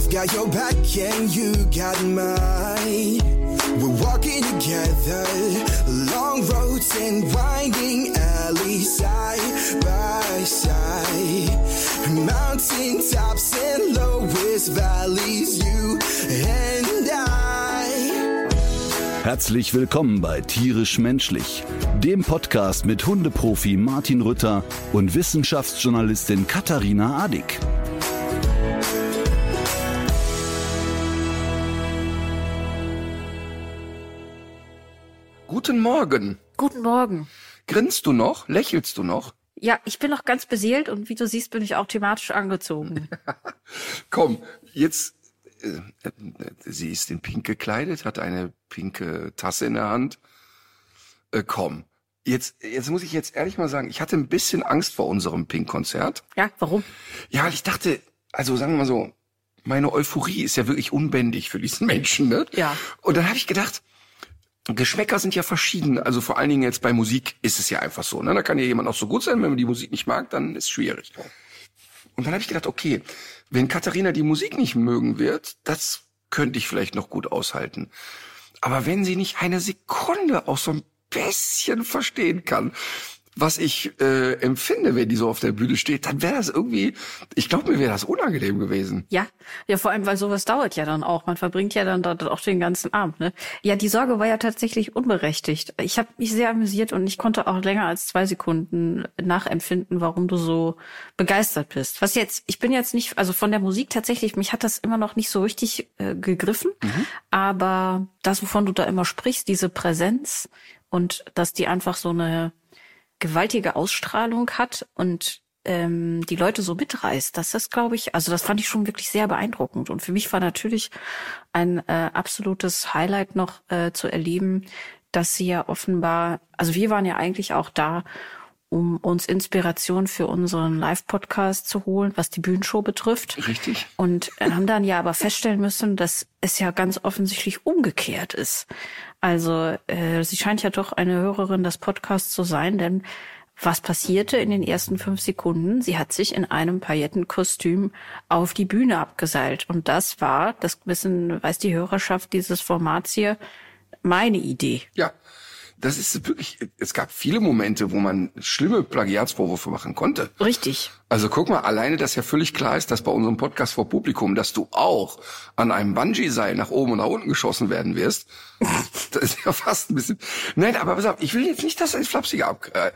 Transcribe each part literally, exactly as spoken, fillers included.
I've got your back and you got mine. We're walking together, long roads and winding alleys, side by side. Mountain tops and lowest valleys, you and I. Herzlich willkommen bei Tierisch Menschlich, dem Podcast mit Hundeprofi Martin Rütter und Wissenschaftsjournalistin Katharina Adick. Guten Morgen. Guten Morgen. Grinst du noch? Lächelst du noch? Ja, ich bin noch ganz beseelt und wie du siehst, bin ich auch thematisch angezogen. Komm, jetzt, äh, sie ist in pink gekleidet, hat eine pinke Tasse in der Hand. Äh, komm, jetzt, jetzt muss ich jetzt ehrlich mal sagen, ich hatte ein bisschen Angst vor unserem Pink-Konzert. Ja, warum? Ja, ich dachte, also sagen wir mal so, meine Euphorie ist ja wirklich unbändig für diesen Menschen, ne? Ja. Und dann habe ich gedacht, Geschmäcker sind ja verschieden, also vor allen Dingen jetzt bei Musik ist es ja einfach so, ne? Da kann ja jemand auch so gut sein, wenn man die Musik nicht mag, dann ist es schwierig. Und dann habe ich gedacht, okay, wenn Katharina die Musik nicht mögen wird, das könnte ich vielleicht noch gut aushalten. Aber wenn sie nicht eine Sekunde auch so ein bisschen verstehen kann, was ich äh, empfinde, wenn die so auf der Bühne steht, dann wäre das irgendwie, ich glaube, mir wäre das unangenehm gewesen. Ja, ja, vor allem, weil sowas dauert ja dann auch. Man verbringt ja dann dort auch den ganzen Abend, ne? Ja, die Sorge war ja tatsächlich unberechtigt. Ich habe mich sehr amüsiert und ich konnte auch länger als zwei Sekunden nachempfinden, warum du so begeistert bist. Was jetzt, ich bin jetzt nicht, also von der Musik tatsächlich, mich hat das immer noch nicht so richtig äh, gegriffen, mhm. aber das, wovon du da immer sprichst, diese Präsenz und dass die einfach so eine gewaltige Ausstrahlung hat und ähm, die Leute so mitreißt, das ist, glaube ich, also das fand ich schon wirklich sehr beeindruckend. Und für mich war natürlich ein äh, absolutes Highlight noch äh, zu erleben, dass sie ja offenbar, also wir waren ja eigentlich auch da, um uns Inspiration für unseren Live-Podcast zu holen, was die Bühnenshow betrifft. Richtig. Und haben dann ja aber feststellen müssen, dass es ja ganz offensichtlich umgekehrt ist. Also äh, sie scheint ja doch eine Hörerin des Podcasts zu sein, denn was passierte in den ersten fünf Sekunden? Sie hat sich in einem Paillettenkostüm auf die Bühne abgeseilt. Und das war, das wissen, weiß die Hörerschaft dieses Formats hier, meine Idee. Ja. Das ist wirklich, es gab viele Momente, wo man schlimme Plagiatsvorwürfe machen konnte. Richtig. Also guck mal, alleine, dass ja völlig klar ist, dass bei unserem Podcast vor Publikum, dass du auch an einem Bungee-Seil nach oben und nach unten geschossen werden wirst. Das ist ja fast ein bisschen, nein, aber pass auf, ich will jetzt nicht, dass ins Flapsige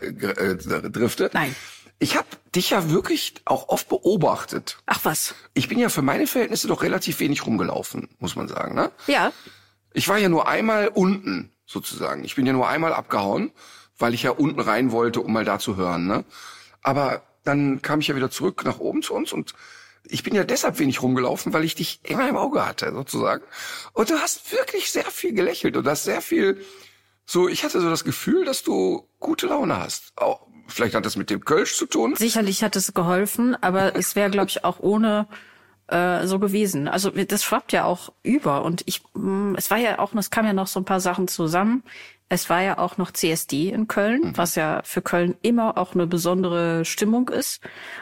abdrifte. Äh, nein. Ich habe dich ja wirklich auch oft beobachtet. Ach was. Ich bin ja für meine Verhältnisse doch relativ wenig rumgelaufen, muss man sagen, ne? Ja. Ich war ja nur einmal unten. Sozusagen. Ich bin ja nur einmal abgehauen, weil ich ja unten rein wollte, um mal da zu hören, ne? Aber dann kam ich ja wieder zurück nach oben zu uns und ich bin ja deshalb wenig rumgelaufen, weil ich dich immer im Auge hatte, sozusagen. Und du hast wirklich sehr viel gelächelt und hast sehr viel so, ich hatte so das Gefühl, dass du gute Laune hast. Auch, vielleicht hat das mit dem Kölsch zu tun. Sicherlich hat es geholfen, aber es wäre, glaube ich, auch ohne so gewesen. Also das schwappt ja auch über und ich, es war ja auch, es kam ja noch so ein paar Sachen zusammen. Es war ja auch noch C S D in Köln, mhm. was ja für Köln immer auch eine besondere Stimmung ist.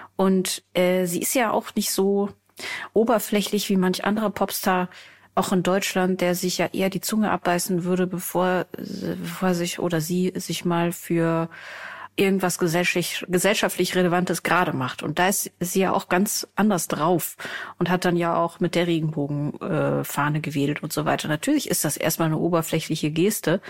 Und äh, sie ist ja auch nicht so oberflächlich wie manch anderer Popstar, auch in Deutschland, der sich ja eher die Zunge abbeißen würde, bevor, bevor sich oder sie sich mal für irgendwas gesellschaftlich, gesellschaftlich Relevantes gerade macht. Und da ist sie ja auch ganz anders drauf und hat dann ja auch mit der Regenbogenfahne äh, gewedelt und so weiter. Natürlich ist das erstmal eine oberflächliche Geste,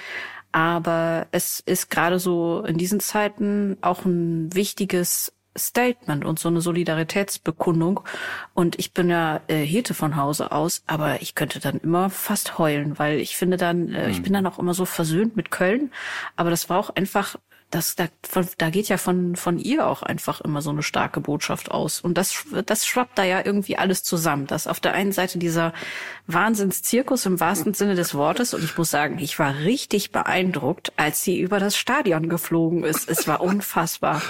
aber es ist gerade so in diesen Zeiten auch ein wichtiges Statement und so eine Solidaritätsbekundung. Und ich bin ja äh, Hirte von Hause aus, aber ich könnte dann immer fast heulen, weil ich finde dann, äh, mhm. ich bin dann auch immer so versöhnt mit Köln. Aber das war auch einfach, das da, von, da geht ja von von ihr auch einfach immer so eine starke Botschaft aus. Und das das schwappt da ja irgendwie alles zusammen. Das auf der einen Seite dieser Wahnsinnszirkus im wahrsten Sinne des Wortes. Und ich muss sagen, ich war richtig beeindruckt, als sie über das Stadion geflogen ist. Es war unfassbar.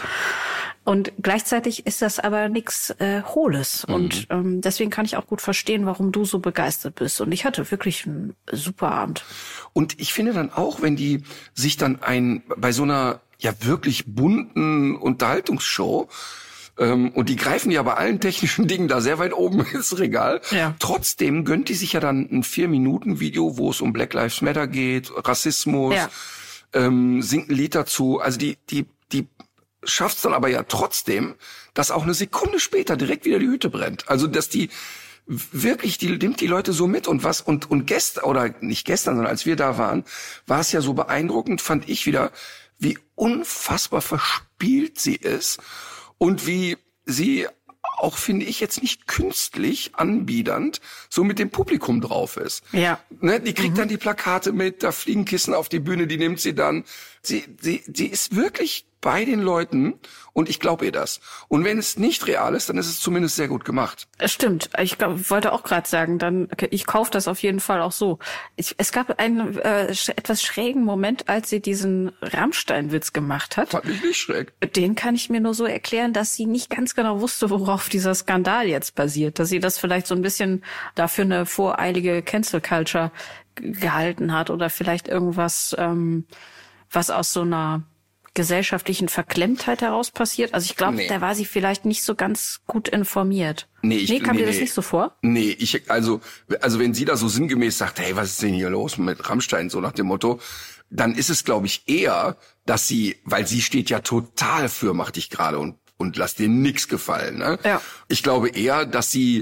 Und gleichzeitig ist das aber nichts äh, Hohles. Mhm. Und ähm, deswegen kann ich auch gut verstehen, warum du so begeistert bist. Und ich hatte wirklich einen super Abend. Und ich finde dann auch, wenn die sich dann ein bei so einer ja wirklich bunten Unterhaltungsshow Ähm, und die greifen ja bei allen technischen Dingen da sehr weit oben ins Regal. Ja. Trotzdem gönnt die sich ja dann ein Vier-Minuten-Video, wo es um Black Lives Matter geht, Rassismus, Ja. ähm, singt ein Lied dazu. Also die, die, die schafft's dann aber ja trotzdem, dass auch eine Sekunde später direkt wieder die Hütte brennt. Also dass die wirklich, die nimmt die Leute so mit und was und und gestern oder nicht gestern, sondern als wir da waren, war es ja so beeindruckend, fand ich wieder, wie unfassbar verspielt sie ist und wie sie auch, finde ich, jetzt nicht künstlich anbiedernd so mit dem Publikum drauf ist. Ja. Ne, die kriegt mhm. dann die Plakate mit, da fliegen Kissen auf die Bühne, die nimmt sie dann. Sie, sie, sie ist wirklich bei den Leuten und ich glaube ihr das. Und wenn es nicht real ist, dann ist es zumindest sehr gut gemacht. Es stimmt. Ich glaub, wollte auch gerade sagen, dann ich kaufe das auf jeden Fall auch so. Ich, es gab einen äh, etwas schrägen Moment, als sie diesen Rammstein-Witz gemacht hat. Fand ich nicht schräg. Den kann ich mir nur so erklären, dass sie nicht ganz genau wusste, worauf dieser Skandal jetzt basiert. Dass sie das vielleicht so ein bisschen dafür eine voreilige Cancel-Culture gehalten hat oder vielleicht irgendwas, ähm, was aus so einer gesellschaftlichen Verklemmtheit heraus passiert. Also ich glaube, Nee. da war sie vielleicht nicht so ganz gut informiert. Nee, ich, nee kam nee, dir das nee. nicht so vor? Nee, ich, also, also wenn sie da so sinngemäß sagt, hey, was ist denn hier los mit Rammstein, so nach dem Motto, dann ist es, glaube ich, eher, dass sie, weil sie steht ja total für, mach dich gerade und, und lass dir nix gefallen, ne? Ja. Ich glaube eher, dass sie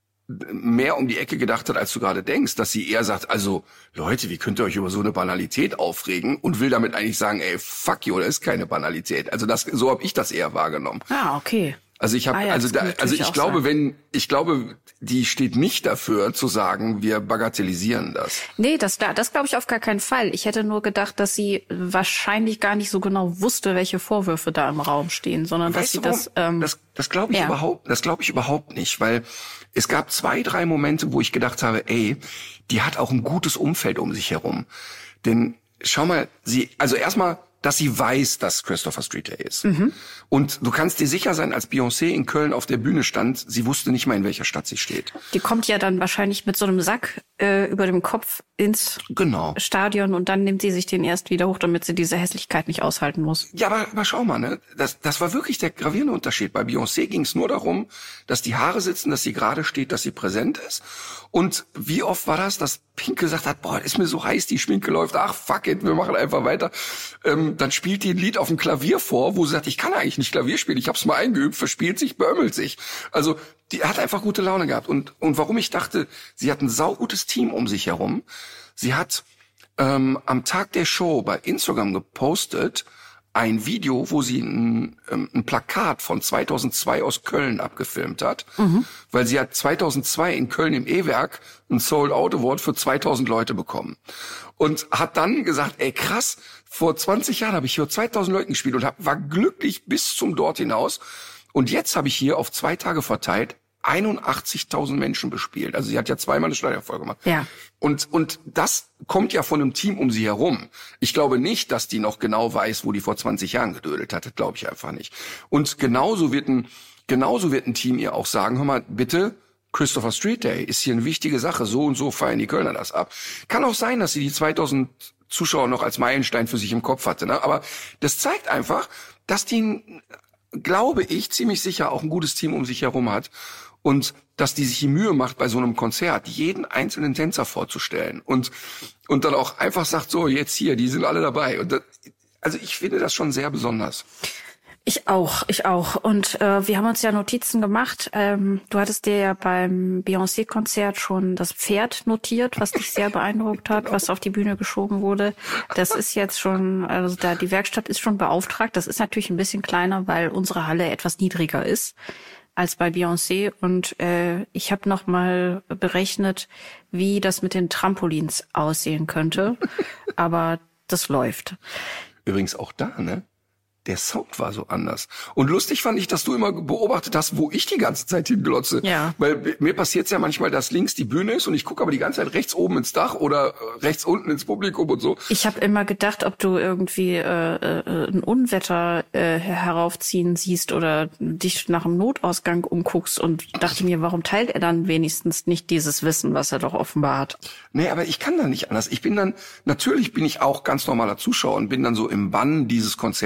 mehr um die Ecke gedacht hat, als du gerade denkst, dass sie eher sagt, also Leute, wie könnt ihr euch über so eine Banalität aufregen und will damit eigentlich sagen, ey, fuck you, das ist keine Banalität. Also das, so habe ich das eher wahrgenommen. Ah, okay. Also ich habe, Ah ja, also das da, kann also natürlich ich auch glaube, sein. wenn, ich glaube, die steht nicht dafür zu sagen, wir bagatellisieren das. Nee, das, das glaube ich auf gar keinen Fall. Ich hätte nur gedacht, dass sie wahrscheinlich gar nicht so genau wusste, welche Vorwürfe da im Raum stehen, sondern dass Weißt sie du, warum? das... Ähm, das, das glaube ich ja. überhaupt, das glaube ich überhaupt nicht, weil es gab zwei, drei Momente, wo ich gedacht habe, ey, die hat auch ein gutes Umfeld um sich herum. Denn schau mal, sie, also erstmal, dass sie weiß, dass Christopher Street Day ist. Mhm. Und du kannst dir sicher sein, als Beyoncé in Köln auf der Bühne stand, sie wusste nicht mal, in welcher Stadt sie steht. Die kommt ja dann wahrscheinlich mit so einem Sack äh, über dem Kopf ins Genau. Stadion und dann nimmt sie sich den erst wieder hoch, damit sie diese Hässlichkeit nicht aushalten muss. Ja, aber, aber schau mal, ne? Das, das war wirklich der gravierende Unterschied. Bei Beyoncé ging es nur darum, dass die Haare sitzen, dass sie gerade steht, dass sie präsent ist. Und wie oft war das, dass Pink gesagt hat, boah, ist mir so heiß, die Schminke läuft, ach fuck it, wir machen einfach weiter. Ähm, dann spielt die ein Lied auf dem Klavier vor, wo sie sagt, ich kann eigentlich nicht Klavier spielen, ich hab's mal eingeübt, verspielt sich, beömmelt sich. Also die hat einfach gute Laune gehabt. Und, und warum ich dachte, sie hat ein saugutes Team um sich herum. Sie hat ähm, am Tag der Show bei Instagram gepostet, ein Video, wo sie ein, ähm, ein Plakat von zweitausendzwei aus Köln abgefilmt hat, mhm. weil sie hat zweitausendzwei in Köln im E-Werk ein Sold Out Award für zweitausend Leute bekommen und hat dann gesagt, ey krass, vor zwanzig Jahren habe ich hier zweitausend Leuten gespielt und hab, war glücklich bis zum dort hinaus und jetzt habe ich hier auf zwei Tage verteilt einundachtzigtausend Menschen bespielt. Also sie hat ja zweimal eine Stadion voll gemacht. Ja. Und, und das kommt ja von einem Team um sie herum. Ich glaube nicht, dass die noch genau weiß, wo die vor zwanzig Jahren gedödelt hat. Das glaube ich einfach nicht. Und genauso wird ein, genauso wird ein Team ihr auch sagen, hör mal, bitte, Christopher Street Day ist hier eine wichtige Sache. So und so feiern die Kölner das ab. Kann auch sein, dass sie die zweitausend Zuschauer noch als Meilenstein für sich im Kopf hatte, ne? Aber das zeigt einfach, dass die, glaube ich, ziemlich sicher auch ein gutes Team um sich herum hat. Und dass die sich die Mühe macht, bei so einem Konzert jeden einzelnen Tänzer vorzustellen und und dann auch einfach sagt, so, jetzt hier, die sind alle dabei. Und das, also ich finde das schon sehr besonders. Ich auch, ich auch. Und äh, wir haben uns ja Notizen gemacht. Ähm, du hattest dir ja beim Beyoncé-Konzert schon das Pferd notiert, was dich sehr beeindruckt hat, was auf die Bühne geschoben wurde. Das ist jetzt schon, also da die Werkstatt ist schon beauftragt. Das ist natürlich ein bisschen kleiner, weil unsere Halle etwas niedriger ist als bei Beyoncé. Und äh, ich habe noch mal berechnet, wie das mit den Trampolins aussehen könnte. Aber das läuft. Übrigens auch da, ne? Der Sound war so anders. Und lustig fand ich, dass du immer beobachtet hast, wo ich die ganze Zeit hinglotze. Ja. Weil mir passiert es ja manchmal, dass links die Bühne ist und ich gucke aber die ganze Zeit rechts oben ins Dach oder rechts unten ins Publikum und so. Ich habe immer gedacht, ob du irgendwie äh, äh, ein Unwetter äh, heraufziehen siehst oder dich nach einem Notausgang umguckst und dachte mir, warum teilt er dann wenigstens nicht dieses Wissen, was er doch offenbar hat? Nee, aber ich kann da nicht anders. Ich bin dann, natürlich bin ich auch ganz normaler Zuschauer und bin dann so im Bann dieses Konzertes.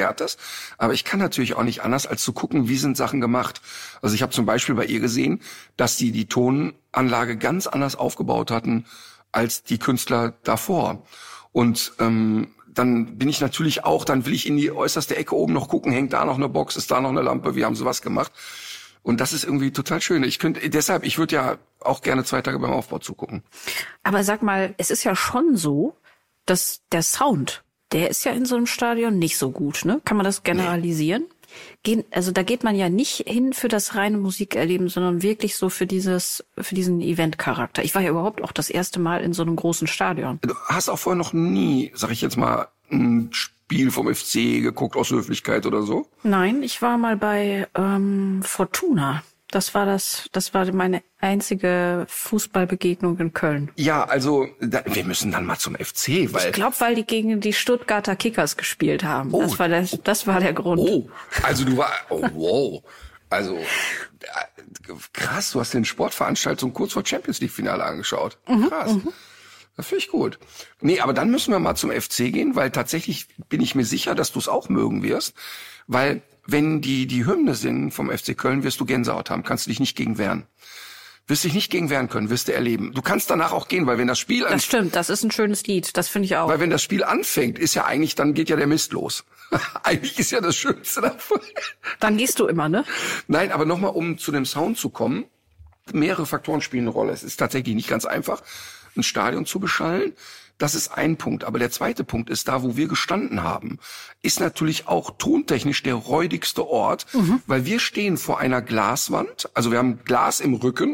Aber ich kann natürlich auch nicht anders, als zu gucken, wie sind Sachen gemacht. Also ich habe zum Beispiel bei ihr gesehen, dass die die Tonanlage ganz anders aufgebaut hatten als die Künstler davor. Und ähm, dann bin ich natürlich auch, dann will ich in die äußerste Ecke oben noch gucken, hängt da noch eine Box, ist da noch eine Lampe, wie haben sie was gemacht. Und das ist irgendwie total schön. Ich könnte, deshalb, ich würde ja auch gerne zwei Tage beim Aufbau zugucken. Aber sag mal, es ist ja schon so, dass der Sound, der ist ja in so einem Stadion nicht so gut, ne? Kann man das generalisieren? Nee. Gehen, also da geht man ja nicht hin für das reine Musikerleben, sondern wirklich so für dieses, für diesen Eventcharakter. Ich war ja überhaupt auch das erste Mal in so einem großen Stadion. Du hast auch vorher noch nie, sag ich jetzt mal, ein Spiel vom F C geguckt aus Höflichkeit oder so? Nein, ich war mal bei ähm, Fortuna. Das war das, das war meine einzige Fußballbegegnung in Köln. Ja, also da, wir müssen dann mal zum F C, weil ich glaube, weil die gegen die Stuttgarter Kickers gespielt haben. Oh, das war der, das war der Grund. Oh, also du war, oh, wow, also krass, du hast den Sportveranstaltung kurz vor Champions League Finale angeschaut. Krass. Mhm, das finde ich gut. Nee, aber dann müssen wir mal zum F C gehen, weil tatsächlich bin ich mir sicher, dass du es auch mögen wirst, weil wenn die die Hymne singen vom F C Köln, wirst du Gänsehaut haben, kannst du dich nicht gegen wehren. Wirst dich nicht gegen wehren können, wirst du erleben. Du kannst danach auch gehen, weil wenn das Spiel... Das stimmt, das ist ein schönes Lied, das finde ich auch. Weil wenn das Spiel anfängt, ist ja eigentlich, dann geht ja der Mist los. Eigentlich ist ja das Schönste davon. Dann gehst du immer, ne? Nein, aber nochmal, um zu dem Sound zu kommen, mehrere Faktoren spielen eine Rolle. Es ist tatsächlich nicht ganz einfach, ein Stadion zu beschallen. Das ist ein Punkt. Aber der zweite Punkt ist, da wo wir gestanden haben, ist natürlich auch tontechnisch der räudigste Ort, mhm. weil wir stehen vor einer Glaswand. Also wir haben Glas im Rücken.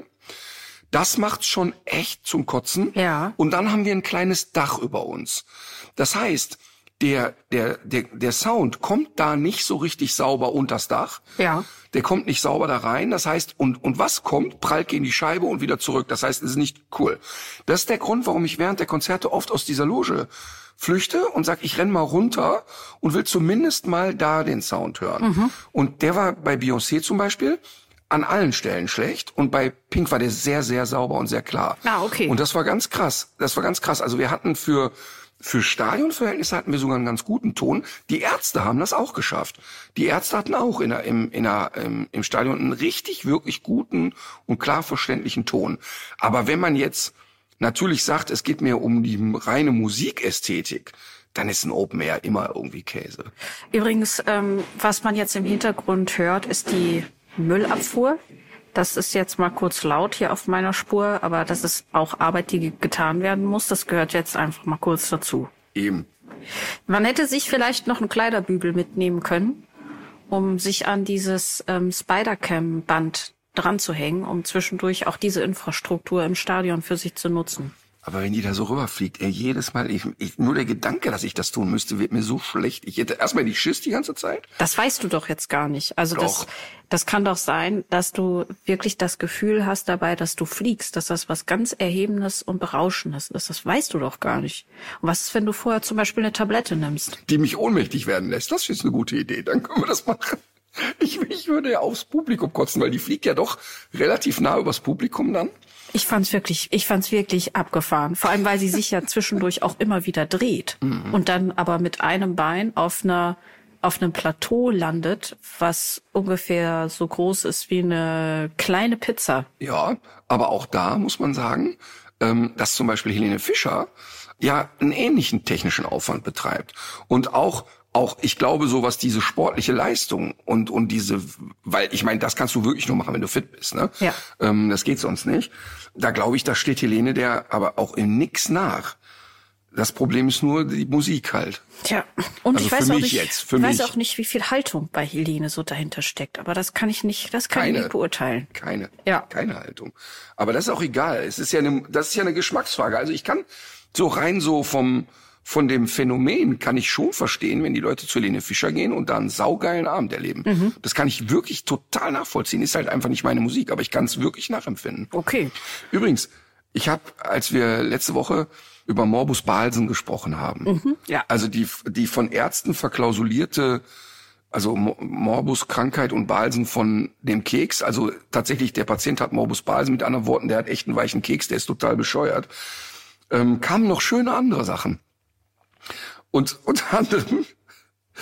Das macht's schon echt zum Kotzen. Ja. Und dann haben wir ein kleines Dach über uns. Das heißt, der, der, der, der Sound kommt da nicht so richtig sauber unters Dach. Ja. Der kommt nicht sauber da rein. Das heißt, und, und was kommt, prallt gegen die Scheibe und wieder zurück. Das heißt, es ist nicht cool. Das ist der Grund, warum ich während der Konzerte oft aus dieser Loge flüchte und sag, ich renn mal runter und will zumindest mal da den Sound hören. Mhm. Und der war bei Beyoncé zum Beispiel an allen Stellen schlecht und bei Pink war der sehr, sehr sauber und sehr klar. Ah, okay. Und das war ganz krass. Das war ganz krass. Also wir hatten für Für Stadionverhältnisse hatten wir sogar einen ganz guten Ton. Die Ärzte haben das auch geschafft. Die Ärzte hatten auch in der, im, in der, im, im Stadion einen richtig, wirklich guten und klar verständlichen Ton. Aber wenn man jetzt natürlich sagt, es geht mir um die reine Musikästhetik, dann ist ein Open Air immer irgendwie Käse. Übrigens, ähm, was man jetzt im Hintergrund hört, ist die Müllabfuhr. Das ist jetzt mal kurz laut hier auf meiner Spur, aber das ist auch Arbeit, die getan werden muss. Das gehört jetzt einfach mal kurz dazu. Eben. Man hätte sich vielleicht noch einen Kleiderbügel mitnehmen können, um sich an dieses ähm, Spider-Cam-Band dran zu hängen, um zwischendurch auch diese Infrastruktur im Stadion für sich zu nutzen. Aber wenn die da so rüberfliegt, ey, jedes Mal, ich, ich, nur der Gedanke, dass ich das tun müsste, wird mir so schlecht. Ich hätte erstmal die Schiss die ganze Zeit. Das weißt du doch jetzt gar nicht. Also doch. das, das kann doch sein, dass du wirklich das Gefühl hast dabei, dass du fliegst, dass das was ganz Erhebendes und Berauschendes ist. Das weißt du doch gar nicht. Und was ist, wenn du vorher zum Beispiel eine Tablette nimmst? Die mich ohnmächtig werden lässt. Das ist eine gute Idee. Dann können wir das machen. Ich, ich würde ja aufs Publikum kotzen, weil die fliegt ja doch relativ nah übers Publikum dann. Ich fand's wirklich, ich fand's wirklich abgefahren. Vor allem, weil sie sich ja zwischendurch auch immer wieder dreht. Mhm. Und dann aber mit einem Bein auf einer, auf einem Plateau landet, was ungefähr so groß ist wie eine kleine Pizza. Ja, aber auch da muss man sagen, ähm, dass zum Beispiel Helene Fischer ja einen ähnlichen technischen Aufwand betreibt. Und auch Auch, ich glaube, so was diese sportliche Leistung und und diese, weil ich meine, das kannst du wirklich nur machen, wenn du fit bist, ne? Ja. Ähm, das geht sonst nicht. Da glaube ich, da steht Helene der aber auch in nix nach. Das Problem ist nur die Musik halt. Tja, und also ich weiß für auch mich nicht, jetzt, für ich mich. weiß auch nicht, wie viel Haltung bei Helene so dahinter steckt. Aber das kann ich nicht, das kann Keine. ich nicht beurteilen. Keine, Ja. keine Haltung. Aber das ist auch egal. Es ist ja eine, das ist ja eine Geschmacksfrage. Also ich kann so rein so vom Von dem Phänomen kann ich schon verstehen, wenn die Leute zu Helene Fischer gehen und da einen saugeilen Abend erleben. Mhm. Das kann ich wirklich total nachvollziehen. Ist halt einfach nicht meine Musik, aber ich kann es wirklich nachempfinden. Okay. Übrigens, ich habe, als wir letzte Woche über Morbus Balsen gesprochen haben, Mhm, ja. also die die von Ärzten verklausulierte, also Morbus Krankheit und Balsen von dem Keks, also tatsächlich der Patient hat Morbus Balsen, mit anderen Worten, der hat echt einen weichen Keks, der ist total bescheuert, ähm, kamen noch schöne andere Sachen. Und unter anderem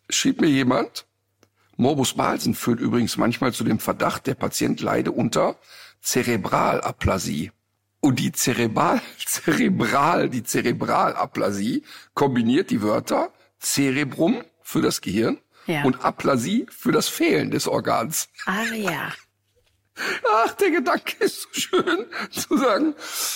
schrieb mir jemand, Morbus Balsen führt übrigens manchmal zu dem Verdacht, der Patient leide unter Zerebralaplasie. Und die Zerebral, Zerebral, die Zerebralaplasie kombiniert die Wörter Cerebrum für das Gehirn ja. und Aplasie für das Fehlen des Organs. Ah ja. Ach, der Gedanke ist so schön zu sagen.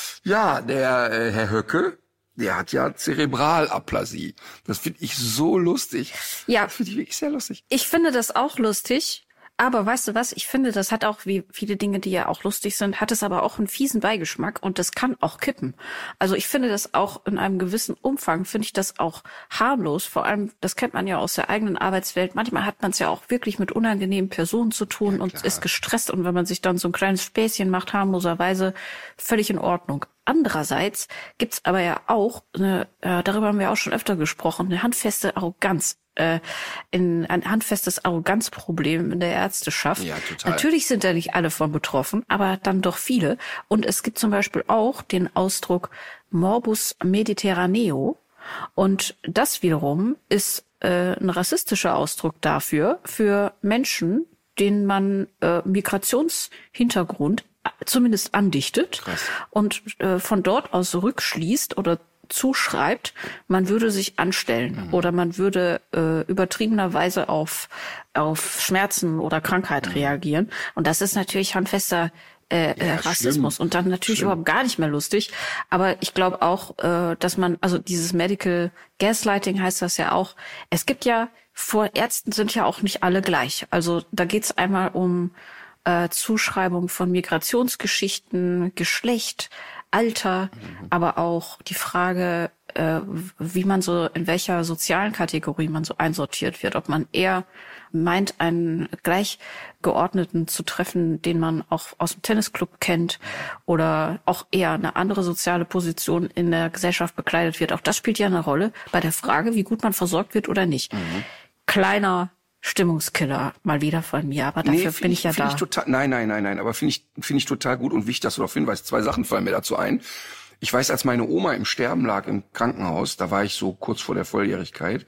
Ja, der äh, Herr Höcke, der hat ja Zerebralaplasie. Das finde ich so lustig. Ja. Das finde ich wirklich sehr lustig. Ich finde das auch lustig. Aber weißt du was? Ich finde, das hat auch, wie viele Dinge, die ja auch lustig sind, hat es aber auch einen fiesen Beigeschmack und das kann auch kippen. Also ich finde das auch in einem gewissen Umfang, finde ich das auch harmlos. Vor allem, das kennt man ja aus der eigenen Arbeitswelt. Manchmal hat man es ja auch wirklich mit unangenehmen Personen zu tun ja, und ist gestresst. Und wenn man sich dann so ein kleines Späßchen macht, harmloserweise, völlig in Ordnung. Andererseits gibt's aber ja auch, eine, äh, darüber haben wir auch schon öfter gesprochen, eine handfeste Arroganz. Äh, in ein handfestes Arroganzproblem in der Ärzteschaft. Ja, total. Natürlich sind da nicht alle von betroffen, aber dann doch viele. Und es gibt zum Beispiel auch den Ausdruck Morbus Mediterraneo. Und das wiederum ist äh, ein rassistischer Ausdruck dafür, für Menschen, denen man äh, Migrationshintergrund zumindest andichtet Krass. und äh, von dort aus rückschließt oder zuschreibt, man würde sich anstellen mhm. oder man würde äh, übertriebenerweise auf auf Schmerzen oder Krankheit mhm. reagieren. Und das ist natürlich handfester äh, ja, Rassismus schlimm. Und dann natürlich schlimm. Überhaupt gar nicht mehr lustig. Aber ich glaube auch, äh, dass man, also dieses Medical Gaslighting heißt das ja auch. Es gibt ja, vor Ärzten sind ja auch nicht alle gleich. Also da geht's einmal um äh, Zuschreibung von Migrationsgeschichten, Geschlecht, Alter, mhm. aber auch die Frage, äh, wie man so, in welcher sozialen Kategorie man so einsortiert wird. Ob man eher meint, einen Gleichgeordneten zu treffen, den man auch aus dem Tennisclub kennt, oder auch eher eine andere soziale Position in der Gesellschaft bekleidet wird. Auch das spielt ja eine Rolle bei der Frage, wie gut man versorgt wird oder nicht. Mhm. Kleiner Stimmungskiller mal wieder von mir, aber dafür nee, bin ich ja da. Ich total, nein, nein, nein, nein, aber finde ich finde ich total gut und wichtig, dass du darauf hinweist. Zwei Sachen fallen mir dazu ein. Ich weiß, als meine Oma im Sterben lag im Krankenhaus, da war ich so kurz vor der Volljährigkeit,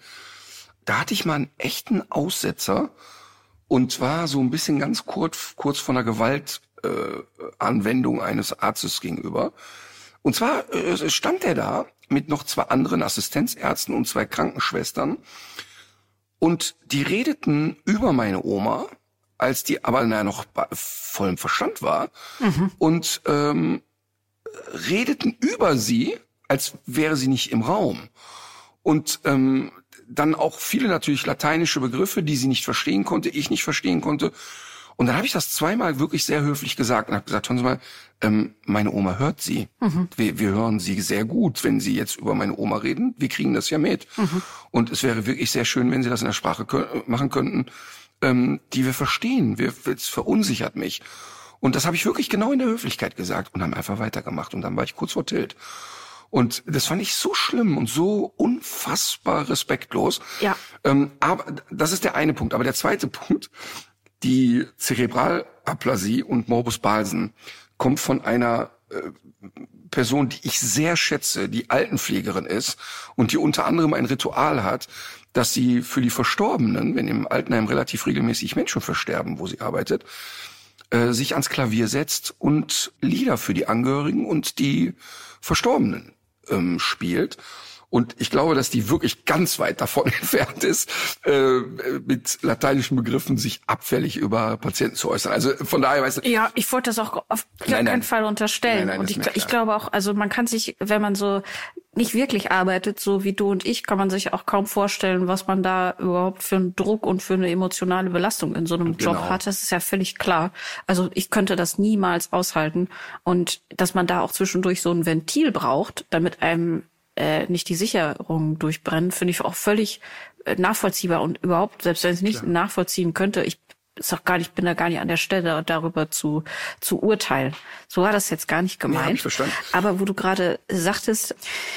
da hatte ich mal einen echten Aussetzer und zwar so ein bisschen ganz kurz kurz von der Gewaltanwendung äh, eines Arztes gegenüber. Und zwar äh, stand er da mit noch zwei anderen Assistenzärzten und zwei Krankenschwestern. Und die redeten über meine Oma, als die aber na, noch voll im Verstand war, mhm. und ähm, redeten über sie, als wäre sie nicht im Raum. Und ähm, dann auch viele natürlich lateinische Begriffe, die sie nicht verstehen konnte, ich nicht verstehen konnte. Und dann habe ich das zweimal wirklich sehr höflich gesagt und habe gesagt, hören Sie mal, ähm, meine Oma hört Sie. Mhm. Wir, wir hören Sie sehr gut, wenn Sie jetzt über meine Oma reden. Wir kriegen das ja mit. Mhm. Und es wäre wirklich sehr schön, wenn Sie das in der Sprache kö- machen könnten, ähm, die wir verstehen. Wir, es verunsichert mich. Und das habe ich wirklich genau in der Höflichkeit gesagt und haben einfach weitergemacht. Und dann war ich kurz vor Tilt. Und das fand ich so schlimm und so unfassbar respektlos. Ja. Ähm, aber das ist der eine Punkt. Aber der zweite Punkt, die Zerebralaplasie und Morbus Balsen kommt von einer äh, Person, die ich sehr schätze, die Altenpflegerin ist und die unter anderem ein Ritual hat, dass sie für die Verstorbenen, wenn im Altenheim relativ regelmäßig Menschen versterben, wo sie arbeitet, äh, sich ans Klavier setzt und Lieder für die Angehörigen und die Verstorbenen ähm, spielt. Und ich glaube, dass die wirklich ganz weit davon entfernt ist, äh, mit lateinischen Begriffen sich abfällig über Patienten zu äußern. Also von daher weißt du. Ja, ich wollte das auch auf gar keinen Fall unterstellen. Nein, nein, und ich, ich glaube auch, also man kann sich, wenn man so nicht wirklich arbeitet, so wie du und ich, kann man sich auch kaum vorstellen, was man da überhaupt für einen Druck und für eine emotionale Belastung in so einem genau. Job hat. Das ist ja völlig klar. Also ich könnte das niemals aushalten. Und dass man da auch zwischendurch so ein Ventil braucht, damit einem Äh, nicht die Sicherung durchbrennen, finde ich auch völlig äh, nachvollziehbar und überhaupt, selbst wenn ich es nicht Klar. nachvollziehen könnte, ich ist auch gar nicht, bin da gar nicht an der Stelle, darüber zu zu urteilen. So war das jetzt gar nicht gemeint. Ja, hab ich verstanden. Aber wo du gerade sagtest,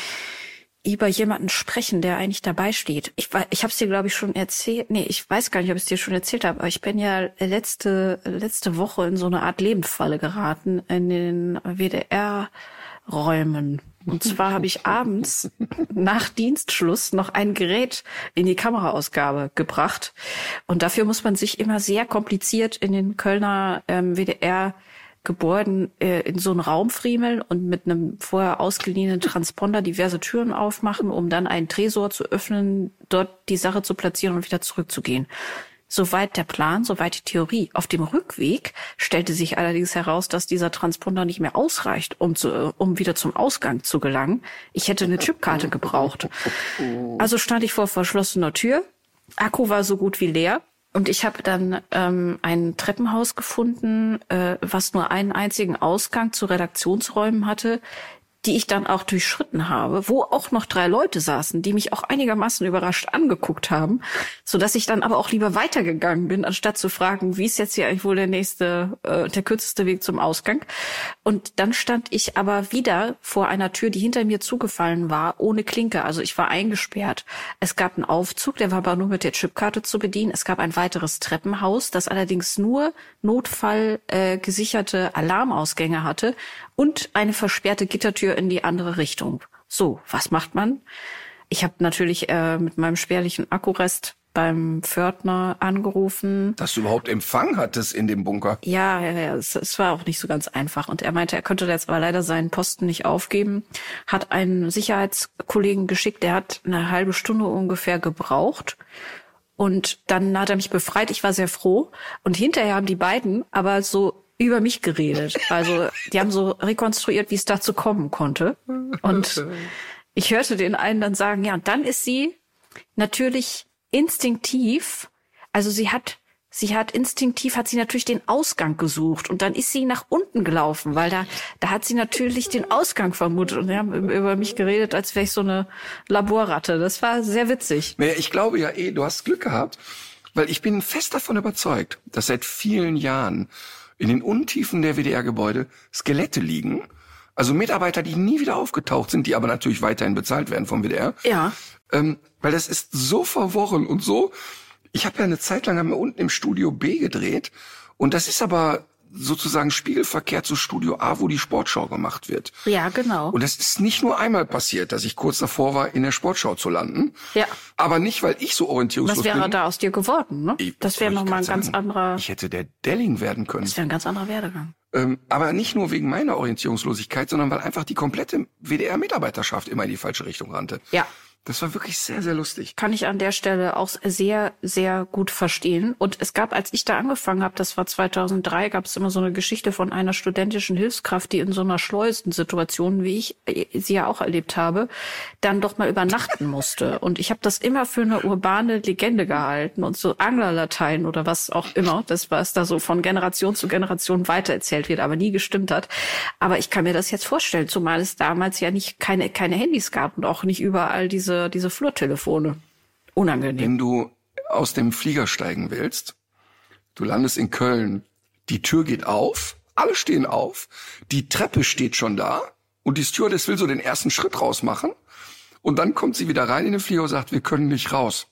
über jemanden sprechen, der eigentlich dabei steht. Ich ich habe es dir, glaube ich, schon erzählt. Nee, ich weiß gar nicht, ob ich es dir schon erzählt habe, aber ich bin ja letzte letzte Woche in so eine Art Lebensfalle geraten in den W D R-Räumen Und zwar habe ich abends nach Dienstschluss noch ein Gerät in die Kameraausgabe gebracht. Und dafür muss man sich immer sehr kompliziert in den Kölner ähm, W D R-Gebäuden äh, in so einen Raum friemeln und mit einem vorher ausgeliehenen Transponder diverse Türen aufmachen, um dann einen Tresor zu öffnen, dort die Sache zu platzieren und wieder zurückzugehen. Soweit der Plan, soweit die Theorie. Auf dem Rückweg stellte sich allerdings heraus, dass dieser Transponder nicht mehr ausreicht, um, zu, um wieder zum Ausgang zu gelangen. Ich hätte eine Chipkarte gebraucht. Also stand ich vor verschlossener Tür. Akku war so gut wie leer. Und ich habe dann ähm, ein Treppenhaus gefunden, äh, was nur einen einzigen Ausgang zu Redaktionsräumen hatte, die ich dann auch durchschritten habe, wo auch noch drei Leute saßen, die mich auch einigermaßen überrascht angeguckt haben, so dass ich dann aber auch lieber weitergegangen bin, anstatt zu fragen, wie ist jetzt hier eigentlich wohl der nächste, äh, der kürzeste Weg zum Ausgang. Und dann stand ich aber wieder vor einer Tür, die hinter mir zugefallen war, ohne Klinke. Also ich war eingesperrt. Es gab einen Aufzug, der war aber nur mit der Chipkarte zu bedienen. Es gab ein weiteres Treppenhaus, das allerdings nur Notfall äh, gesicherte Alarmausgänge hatte und eine versperrte Gittertür in die andere Richtung. So, was macht man? Ich habe natürlich äh, mit meinem spärlichen Akkurest beim Pförtner angerufen. Dass du überhaupt Empfang hattest in dem Bunker. Ja, ja, ja, es, es war auch nicht so ganz einfach. Und er meinte, er könnte jetzt aber leider seinen Posten nicht aufgeben. Hat einen Sicherheitskollegen geschickt, der hat eine halbe Stunde ungefähr gebraucht. Und dann hat er mich befreit. Ich war sehr froh. Und hinterher haben die beiden aber so über mich geredet. Also die haben so rekonstruiert, wie es dazu kommen konnte. Und ich hörte den einen dann sagen, ja, und dann ist sie natürlich instinktiv, also sie hat, sie hat instinktiv, hat sie natürlich den Ausgang gesucht und dann ist sie nach unten gelaufen, weil da, da hat sie natürlich den Ausgang vermutet und die haben über mich geredet, als wäre ich so eine Laborratte. Das war sehr witzig. Ich glaube ja eh, du hast Glück gehabt, weil ich bin fest davon überzeugt, dass seit vielen Jahren in den Untiefen der W D R-Gebäude Skelette liegen, also Mitarbeiter, die nie wieder aufgetaucht sind, die aber natürlich weiterhin bezahlt werden vom W D R. Ja. Ähm, weil das ist so verworren und so. Ich habe ja eine Zeit lang haben wir unten im Studio B gedreht und das ist aber sozusagen Spiegelverkehr zu Studio A, wo die Sportschau gemacht wird. Ja, genau. Und das ist nicht nur einmal passiert, dass ich kurz davor war, in der Sportschau zu landen. Ja. Aber nicht, weil ich so orientierungslos bin. Was wäre da aus dir geworden, ne? Ich, das wäre nochmal ein ganz sagen, anderer... Ich hätte der Delling werden können. Das wäre ein ganz anderer Werdegang. Ähm, aber nicht nur wegen meiner Orientierungslosigkeit, sondern weil einfach die komplette W D R-Mitarbeiterschaft immer in die falsche Richtung rannte. Ja. Das war wirklich sehr, sehr lustig. Kann ich an der Stelle auch sehr, sehr gut verstehen. Und es gab, als ich da angefangen habe, das war zweitausenddrei, gab es immer so eine Geschichte von einer studentischen Hilfskraft, die in so einer Schleusensituation, wie ich sie ja auch erlebt habe, dann doch mal übernachten musste. Und ich habe das immer für eine urbane Legende gehalten und so Anglerlatein oder was auch immer, das was da so von Generation zu Generation weitererzählt wird, aber nie gestimmt hat. Aber ich kann mir das jetzt vorstellen, zumal es damals ja nicht keine keine Handys gab und auch nicht überall diese diese Flurtelefone. Unangenehm. Wenn du aus dem Flieger steigen willst, du landest in Köln, die Tür geht auf, alle stehen auf, die Treppe steht schon da und die Stewardess will so den ersten Schritt rausmachen und dann kommt sie wieder rein in den Flieger und sagt, wir können nicht raus.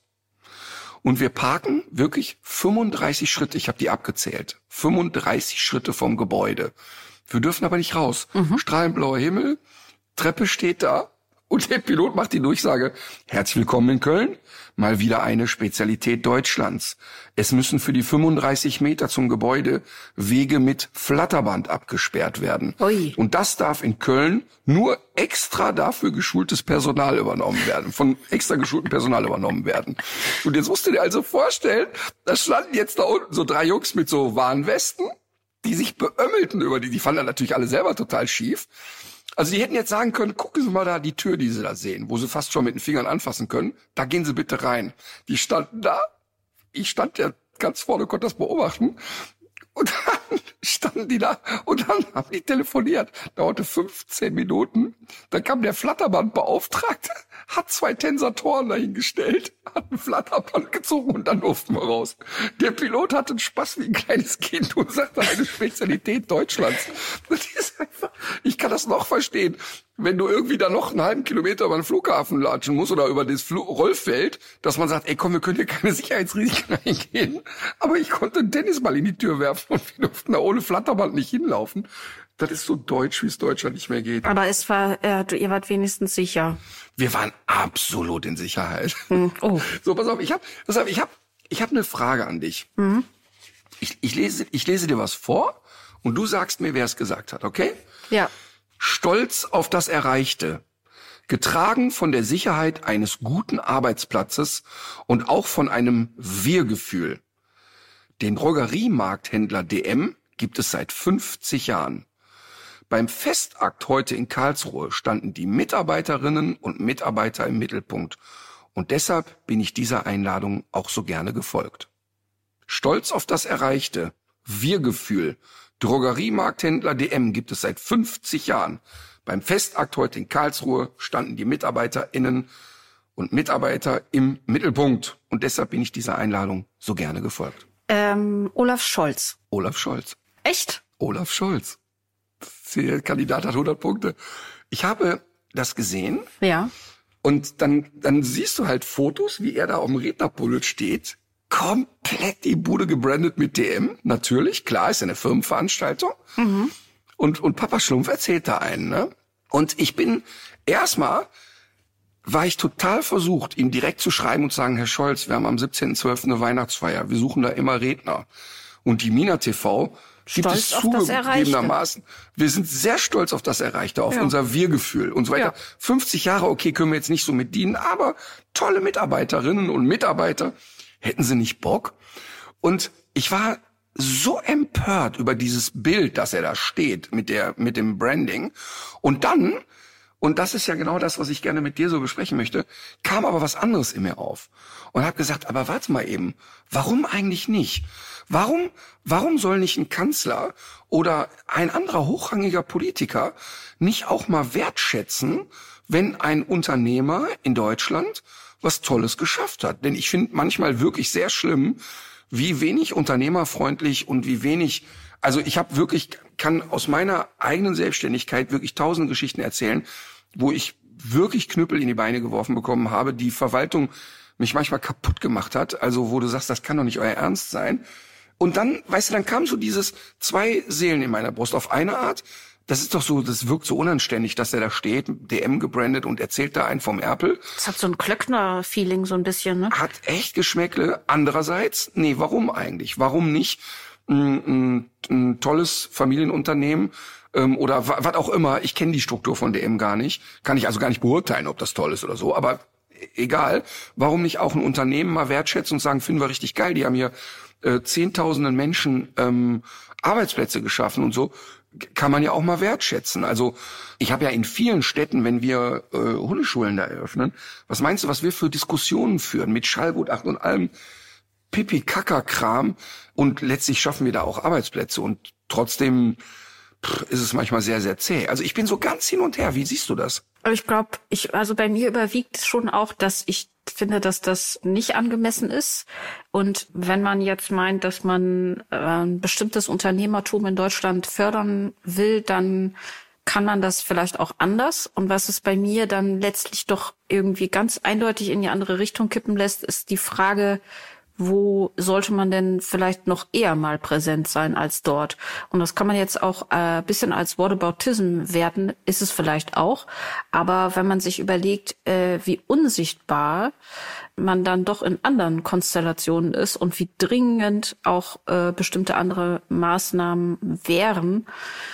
Und wir parken wirklich fünfunddreißig Schritte, ich habe die abgezählt, fünfunddreißig Schritte vom Gebäude. Wir dürfen aber nicht raus. Mhm. Strahlend blauer Himmel, Treppe steht da. Und der Pilot macht die Durchsage, herzlich willkommen in Köln, mal wieder eine Spezialität Deutschlands. Es müssen für die fünfunddreißig Meter zum Gebäude Wege mit Flatterband abgesperrt werden. Ui. Und das darf in Köln nur extra dafür geschultes Personal übernommen werden, von extra geschultem Personal übernommen werden. Und jetzt musst du dir also vorstellen, da standen jetzt da unten so drei Jungs mit so Warnwesten, die sich beömmelten über die, die fanden dann natürlich alle selber total schief. Also die hätten jetzt sagen können, gucken Sie mal da die Tür, die Sie da sehen, wo Sie fast schon mit den Fingern anfassen können. Da gehen Sie bitte rein. Die standen da. Ich stand ja ganz vorne, konnte das beobachten. Und dann standen die da und dann haben die telefoniert. Dauerte fünfzehn Minuten. Dann kam der Flatterbandbeauftragte, hat zwei Tensatoren dahingestellt, hat ein Flatterband gezogen und dann durften wir raus. Der Pilot hatte einen Spaß wie ein kleines Kind und sagte, eine Spezialität Deutschlands. Das ist einfach, ich kann das noch verstehen. Wenn du irgendwie da noch einen halben Kilometer über den Flughafen latschen musst oder über das Fl- Rollfeld, dass man sagt, ey komm, wir können hier keine Sicherheitsrisiken eingehen. Aber ich konnte einen Tennisball in die Tür werfen und wir durften da ohne Flatterband nicht hinlaufen. Das ist so deutsch, wie es Deutschland nicht mehr geht. Aber es war, äh, ihr wart wenigstens sicher. Wir waren absolut in Sicherheit. Mhm. Oh. So, pass auf, ich hab, pass auf, ich hab, ich hab eine Frage an dich. Mhm. Ich, ich lese, ich lese dir was vor und du sagst mir, wer es gesagt hat, okay? Ja. Stolz auf das Erreichte. Getragen von der Sicherheit eines guten Arbeitsplatzes und auch von einem Wir-Gefühl. Den Drogeriemarkthändler D M gibt es seit fünfzig Jahren. Beim Festakt heute in Karlsruhe standen die Mitarbeiterinnen und Mitarbeiter im Mittelpunkt. Und deshalb bin ich dieser Einladung auch so gerne gefolgt. Stolz auf das Erreichte. Wir-Gefühl. Drogeriemarkthändler D M gibt es seit fünfzig Jahren. Beim Festakt heute in Karlsruhe standen die MitarbeiterInnen und Mitarbeiter im Mittelpunkt. Und deshalb bin ich dieser Einladung so gerne gefolgt. Ähm, Olaf Scholz. Olaf Scholz. Echt? Olaf Scholz. Der Kandidat hat hundert Punkte. Ich habe das gesehen. Ja. Und dann, dann siehst du halt Fotos, wie er da auf dem Rednerpult steht. Komplett die Bude gebrandet mit D M. Natürlich, klar, ist ja eine Firmenveranstaltung. Mhm. Und, und Papa Schlumpf erzählt da einen, ne? Und ich bin, erstmal war ich total versucht, ihm direkt zu schreiben und zu sagen, Herr Scholz, wir haben am siebzehnten zwölften eine Weihnachtsfeier. Wir suchen da immer Redner. Und die Mina T V gibt Stolz es auf das zugegebenermaßen. Wir sind sehr stolz auf das Erreichte, auf Ja. unser Wir-Gefühl und so weiter. Ja. fünfzig Jahre, okay, können wir jetzt nicht so mit dienen, aber tolle Mitarbeiterinnen und Mitarbeiter. Hätten sie nicht Bock? Und ich war so empört über dieses Bild, dass er da steht mit der, mit dem Branding. Und dann, und das ist ja genau das, was ich gerne mit dir so besprechen möchte, kam aber was anderes in mir auf. Und habe gesagt, aber warte mal eben, warum eigentlich nicht? Warum, warum soll nicht ein Kanzler oder ein anderer hochrangiger Politiker nicht auch mal wertschätzen, wenn ein Unternehmer in Deutschland was Tolles geschafft hat? Denn ich finde manchmal wirklich sehr schlimm, wie wenig unternehmerfreundlich und wie wenig, also ich habe wirklich, kann aus meiner eigenen Selbstständigkeit wirklich tausend Geschichten erzählen, wo ich wirklich Knüppel in die Beine geworfen bekommen habe, die Verwaltung mich manchmal kaputt gemacht hat, also wo du sagst, das kann doch nicht euer Ernst sein. Und dann, weißt du, dann kam so dieses zwei Seelen in meiner Brust. Auf eine Art, das ist doch so, das wirkt so unanständig, dass er da steht, D M gebrandet und erzählt da einen vom Erpel. Das hat so ein Klöckner-Feeling so ein bisschen, ne? Hat echt Geschmäckle. Andererseits, nee, warum eigentlich? Warum nicht ein, ein, ein tolles Familienunternehmen ähm, oder was auch immer? Ich kenne die Struktur von D M gar nicht. Kann ich also gar nicht beurteilen, ob das toll ist oder so. Aber egal, warum nicht auch ein Unternehmen mal wertschätzen und sagen, finden wir richtig geil. Die haben hier äh, zehntausenden Menschen ähm, Arbeitsplätze geschaffen und so. Kann man ja auch mal wertschätzen. Also ich habe ja in vielen Städten, wenn wir äh, Hundeschulen da eröffnen, was meinst du, was wir für Diskussionen führen mit Schallgutachten und allem Pipi-Kaka-Kram und letztlich schaffen wir da auch Arbeitsplätze und trotzdem pff, ist es manchmal sehr, sehr zäh. Also ich bin so ganz hin und her. Wie siehst du das? Ich glaube, ich, also bei mir überwiegt schon auch, dass ich finde, dass das nicht angemessen ist. Und wenn man jetzt meint, dass man äh, ein bestimmtes Unternehmertum in Deutschland fördern will, dann kann man das vielleicht auch anders. Und was es bei mir dann letztlich doch irgendwie ganz eindeutig in die andere Richtung kippen lässt, ist die Frage, wo sollte man denn vielleicht noch eher mal präsent sein als dort? Und das kann man jetzt auch ein äh, bisschen als Whataboutism werten, ist es vielleicht auch. Aber wenn man sich überlegt, äh, wie unsichtbar man dann doch in anderen Konstellationen ist und wie dringend auch äh, bestimmte andere Maßnahmen wären,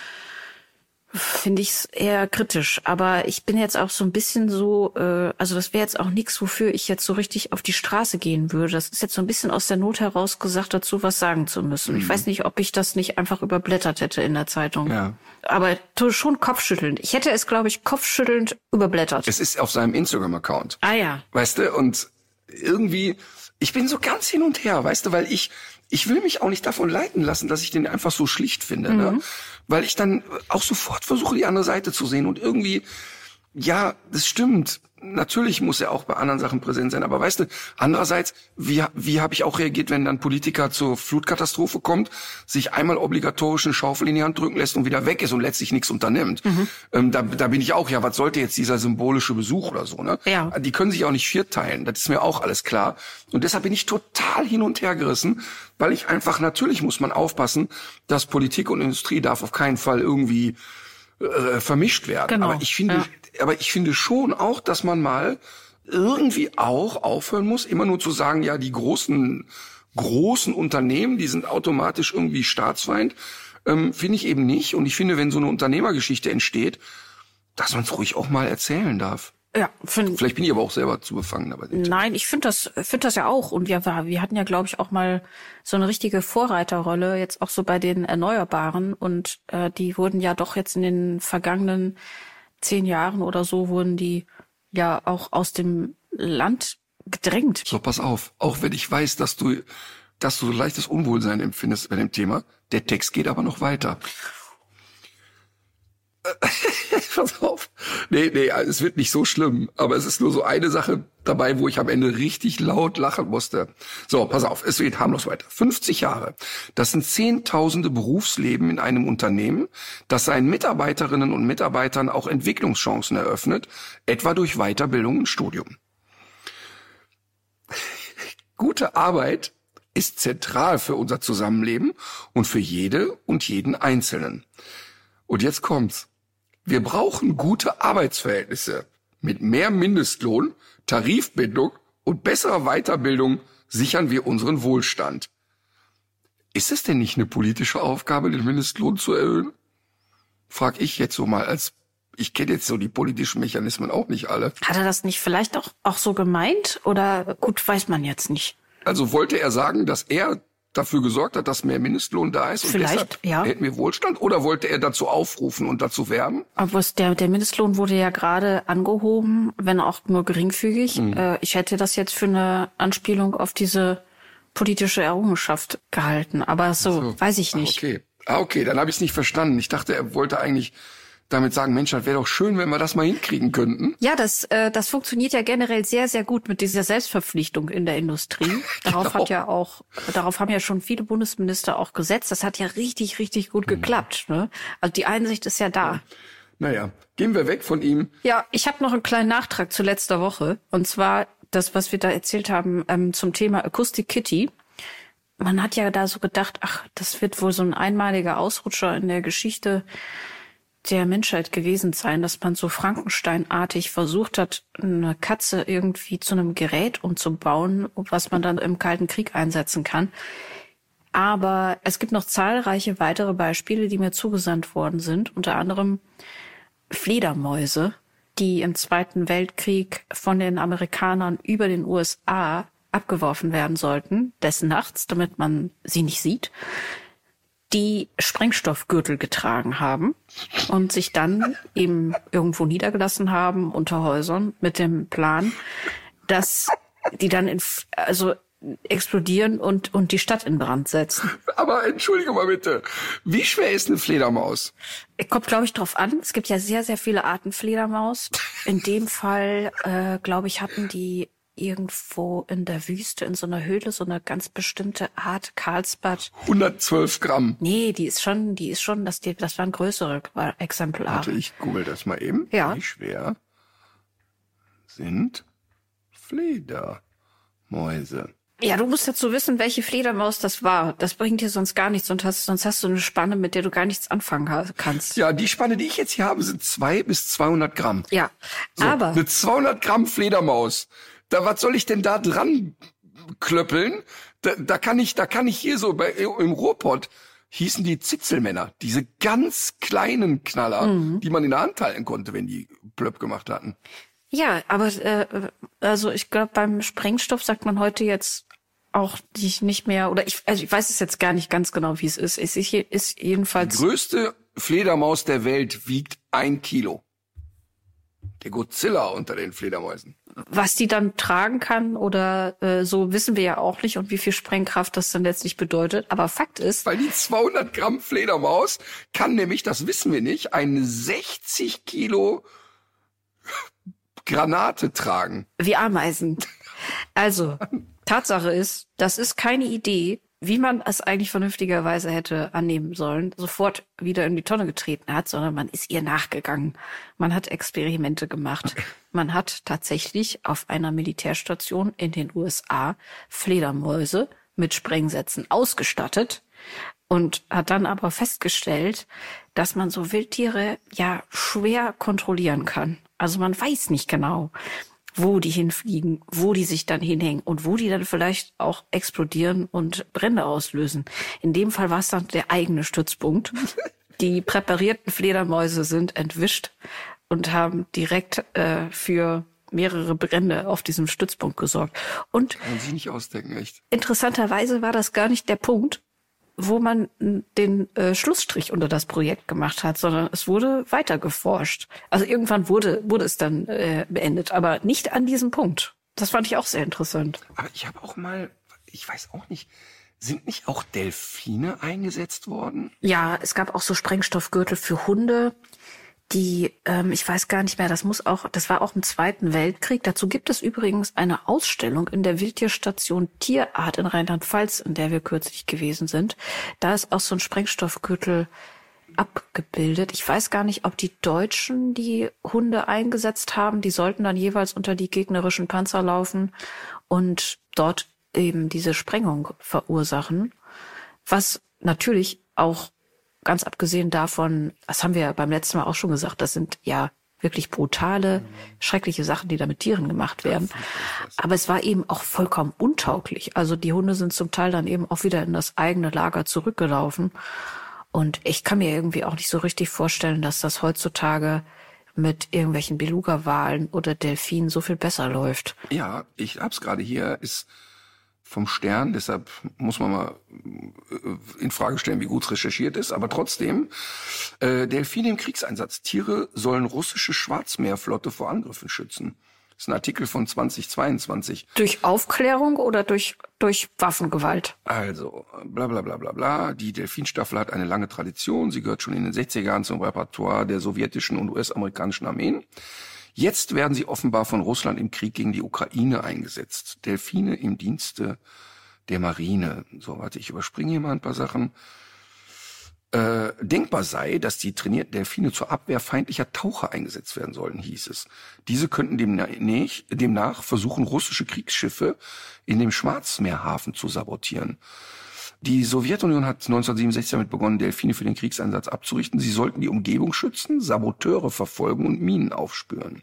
finde ich es eher kritisch. Aber ich bin jetzt auch so ein bisschen so, äh, also das wäre jetzt auch nichts, wofür ich jetzt so richtig auf die Straße gehen würde. Das ist jetzt so ein bisschen aus der Not heraus gesagt, dazu was sagen zu müssen. Mhm. Ich weiß nicht, ob ich das nicht einfach überblättert hätte in der Zeitung. Ja. Aber schon kopfschüttelnd. Ich hätte es, glaube ich, kopfschüttelnd überblättert. Es ist auf seinem Instagram-Account. Ah ja. Weißt du, und irgendwie, ich bin so ganz hin und her, weißt du, weil ich Ich will mich auch nicht davon leiten lassen, dass ich den einfach so schlicht finde, mhm. ne? Weil ich dann auch sofort versuche, die andere Seite zu sehen und irgendwie, ja, das stimmt. natürlich muss er auch bei anderen Sachen präsent sein. Aber weißt du, andererseits, wie, wie habe ich auch reagiert, wenn dann Politiker zur Flutkatastrophe kommt, sich einmal obligatorisch eine Schaufel in die Hand drücken lässt und wieder weg ist und letztlich nichts unternimmt. Mhm. Ähm, da, da bin ich auch, ja, was sollte jetzt dieser symbolische Besuch oder so, ne? Ja. Die können sich auch nicht vierteilen. Das ist mir auch alles klar. Und deshalb bin ich total hin und her gerissen, weil ich einfach, natürlich muss man aufpassen, dass Politik und Industrie darf auf keinen Fall irgendwie äh, vermischt werden. Genau. Aber ich finde, ja. aber ich finde schon auch, dass man mal irgendwie auch aufhören muss, immer nur zu sagen, ja, die großen, großen Unternehmen, die sind automatisch irgendwie Staatsfeind. Ähm, finde ich eben nicht. Und ich finde, wenn so eine Unternehmergeschichte entsteht, dass man es ruhig auch mal erzählen darf. Ja, find, Vielleicht bin ich aber auch selber zu befangen dabei. Nein, ich finde das, finde das ja auch. Und wir, wir hatten ja, glaube ich, auch mal so eine richtige Vorreiterrolle, jetzt auch so bei den Erneuerbaren. Und äh, die wurden ja doch jetzt in den vergangenen zehn Jahren oder so, wurden die ja auch aus dem Land gedrängt. So, pass auf. Auch wenn ich weiß, dass du, dass du so leichtes Unwohlsein empfindest bei dem Thema, der Text geht aber noch weiter. Pass auf. Nee, nee, es wird nicht so schlimm, aber es ist nur so eine Sache dabei, wo ich am Ende richtig laut lachen musste. So, pass auf, es geht harmlos weiter. fünfzig Jahre. Das sind zehntausende Berufsleben in einem Unternehmen, das seinen Mitarbeiterinnen und Mitarbeitern auch Entwicklungschancen eröffnet, etwa durch Weiterbildung und Studium. Gute Arbeit ist zentral für unser Zusammenleben und für jede und jeden Einzelnen. Und jetzt kommt's. Wir brauchen gute Arbeitsverhältnisse. Mit mehr Mindestlohn, Tarifbindung und besserer Weiterbildung sichern wir unseren Wohlstand. Ist es denn nicht eine politische Aufgabe, den Mindestlohn zu erhöhen? Frag ich jetzt so mal, als ich kenne jetzt so die politischen Mechanismen auch nicht alle. Hat er das nicht vielleicht auch, auch so gemeint? Oder gut, weiß man jetzt nicht. Also wollte er sagen, dass er dafür gesorgt hat, dass mehr Mindestlohn da ist und Vielleicht, deshalb ja. hätten wir Wohlstand? Oder wollte er dazu aufrufen und dazu werben? Aber der, der Mindestlohn wurde ja gerade angehoben, wenn auch nur geringfügig. Mhm. Äh, ich hätte das jetzt für eine Anspielung auf diese politische Errungenschaft gehalten. Aber so, so. weiß ich nicht. Ah, okay, ah, okay, dann habe ich es nicht verstanden. Ich dachte, er wollte eigentlich damit sagen, Mensch, das wäre doch schön, wenn wir das mal hinkriegen könnten. Ja, das äh, das funktioniert ja generell sehr, sehr gut mit dieser Selbstverpflichtung in der Industrie. Darauf genau. hat ja auch, darauf haben ja schon viele Bundesminister auch gesetzt. Das hat ja richtig, richtig gut geklappt. Mhm. Ne? Also die Einsicht ist ja da. Ja. Naja, gehen wir weg von ihm. Ja, ich habe noch einen kleinen Nachtrag zu letzter Woche. Und zwar das, was wir da erzählt haben ähm, zum Thema Acoustic Kitty. Man hat ja da so gedacht, ach, das wird wohl so ein einmaliger Ausrutscher in der Geschichte der Menschheit gewesen sein, dass man so Frankensteinartig versucht hat, eine Katze irgendwie zu einem Gerät umzubauen, was man dann im Kalten Krieg einsetzen kann. Aber es gibt noch zahlreiche weitere Beispiele, die mir zugesandt worden sind, unter anderem Fledermäuse, die im Zweiten Weltkrieg von den Amerikanern über den U S A abgeworfen werden sollten, des Nachts, damit man sie nicht sieht, die Sprengstoffgürtel getragen haben und sich dann eben irgendwo niedergelassen haben unter Häusern mit dem Plan, dass die dann in, also explodieren und und die Stadt in Brand setzen. Aber entschuldige mal bitte, wie schwer ist eine Fledermaus? Kommt, glaube ich, drauf an. Es gibt ja sehr, sehr viele Arten Fledermaus. In dem Fall, äh, glaube ich, hatten die irgendwo in der Wüste, in so einer Höhle, so eine ganz bestimmte Art Karlsbad. hundertzwölf Gramm. Nee, die ist schon, die ist schon, das, die, das waren größere Exemplare. Warte, ich google das mal eben. Ja. Wie schwer sind Fledermäuse? Ja, du musst dazu wissen, welche Fledermaus das war. Das bringt dir sonst gar nichts, sonst hast, sonst hast du eine Spanne, mit der du gar nichts anfangen kannst. Ja, die Spanne, die ich jetzt hier habe, sind zwei bis zweihundert Gramm. Ja, so, aber eine zweihundert Gramm Fledermaus. Da, was soll ich denn da dran klöppeln? Da, da kann ich, da kann ich hier so bei, im Ruhrpott hießen die Zitzelmänner. Diese ganz kleinen Knaller, mhm. die man in der Hand halten konnte, wenn die Plöpp gemacht hatten. Ja, aber, äh, also ich glaube, beim Sprengstoff sagt man heute jetzt auch nicht mehr, oder ich, also ich weiß es jetzt gar nicht ganz genau, wie es ist. Es ist, ist jedenfalls. Die größte Fledermaus der Welt wiegt ein Kilo. Der Godzilla unter den Fledermäusen. Was die dann tragen kann oder äh, so, wissen wir ja auch nicht und wie viel Sprengkraft das dann letztlich bedeutet. Aber Fakt ist... Weil die zweihundert Gramm Fledermaus kann nämlich, das wissen wir nicht, eine sechzig Kilo Granate tragen. Wie Ameisen. Also, Tatsache ist, das ist keine Idee, wie man es eigentlich vernünftigerweise hätte annehmen sollen, sofort wieder in die Tonne getreten hat, sondern man ist ihr nachgegangen. Man hat Experimente gemacht. Man hat tatsächlich auf einer Militärstation in den U S A Fledermäuse mit Sprengsätzen ausgestattet und hat dann aber festgestellt, dass man so Wildtiere ja schwer kontrollieren kann. Also man weiß nicht genau, wo die hinfliegen, wo die sich dann hinhängen und wo die dann vielleicht auch explodieren und Brände auslösen. In dem Fall war es dann der eigene Stützpunkt. Die präparierten Fledermäuse sind entwischt und haben direkt äh, für mehrere Brände auf diesem Stützpunkt gesorgt. Und kann man sich nicht ausdenken, echt. Interessanterweise war das gar nicht der Punkt, wo man den äh, Schlussstrich unter das Projekt gemacht hat, sondern es wurde weiter geforscht. Also irgendwann wurde wurde es dann äh, beendet, aber nicht an diesem Punkt. Das fand ich auch sehr interessant. Aber ich habe auch mal, ich weiß auch nicht, sind nicht auch Delfine eingesetzt worden? Ja, es gab auch so Sprengstoffgürtel für Hunde, die, ähm, ich weiß gar nicht mehr, das muss auch, das war auch im Zweiten Weltkrieg. Dazu gibt es übrigens eine Ausstellung in der Wildtierstation Tierart in Rheinland-Pfalz, in der wir kürzlich gewesen sind. Da ist auch so ein Sprengstoffgürtel abgebildet. Ich weiß gar nicht, ob die Deutschen die Hunde eingesetzt haben. Die sollten dann jeweils unter die gegnerischen Panzer laufen und dort eben diese Sprengung verursachen. Was natürlich auch ganz abgesehen davon, das haben wir ja beim letzten Mal auch schon gesagt, das sind ja wirklich brutale, schreckliche Sachen, die da mit Tieren gemacht werden. Aber es war eben auch vollkommen untauglich. Also die Hunde sind zum Teil dann eben auch wieder in das eigene Lager zurückgelaufen. Und ich kann mir irgendwie auch nicht so richtig vorstellen, dass das heutzutage mit irgendwelchen Beluga-Walen oder Delfinen so viel besser läuft. Ja, ich hab's gerade hier, ist vom Stern, deshalb muss man mal in Frage stellen, wie gut es recherchiert ist, aber trotzdem, äh, Delfine im Kriegseinsatz. Tiere sollen russische Schwarzmeerflotte vor Angriffen schützen. Das ist ein Artikel von zweitausendzweiundzwanzig. Durch Aufklärung oder durch durch Waffengewalt? Also, bla bla bla bla bla. Die Delfinstaffel hat eine lange Tradition. Sie gehört schon in den sechziger Jahren zum Repertoire der sowjetischen und U S-amerikanischen Armeen. Jetzt werden sie offenbar von Russland im Krieg gegen die Ukraine eingesetzt. Delfine im Dienste der Marine. So, warte, ich überspringe hier mal ein paar Sachen. Äh, denkbar sei, dass die trainierten Delfine zur Abwehr feindlicher Taucher eingesetzt werden sollen, hieß es. Diese könnten demnach, demnach versuchen, russische Kriegsschiffe in dem Schwarzmeerhafen zu sabotieren. Die Sowjetunion hat neunzehnhundertsiebenundsechzig damit begonnen, Delfine für den Kriegseinsatz abzurichten. Sie sollten die Umgebung schützen, Saboteure verfolgen und Minen aufspüren.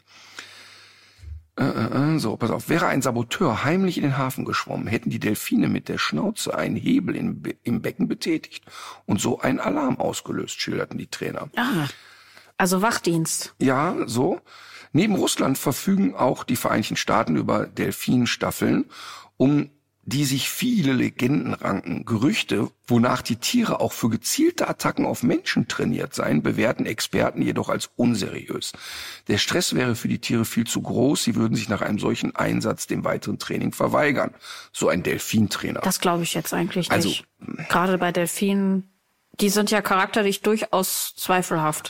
Äh, äh, so, pass auf. Wäre ein Saboteur heimlich in den Hafen geschwommen, hätten die Delfine mit der Schnauze einen Hebel im, Be- im Becken betätigt und so einen Alarm ausgelöst, schilderten die Trainer. Ah, also Wachdienst. Ja, so. Neben Russland verfügen auch die Vereinigten Staaten über Delfinstaffeln, um die sich viele Legenden ranken. Gerüchte, wonach die Tiere auch für gezielte Attacken auf Menschen trainiert seien, bewerten Experten jedoch als unseriös. Der Stress wäre für die Tiere viel zu groß. Sie würden sich nach einem solchen Einsatz dem weiteren Training verweigern. So ein Delfintrainer. Das glaube ich jetzt eigentlich Also, nicht. Gerade bei Delfinen, die sind ja charakterlich durchaus zweifelhaft.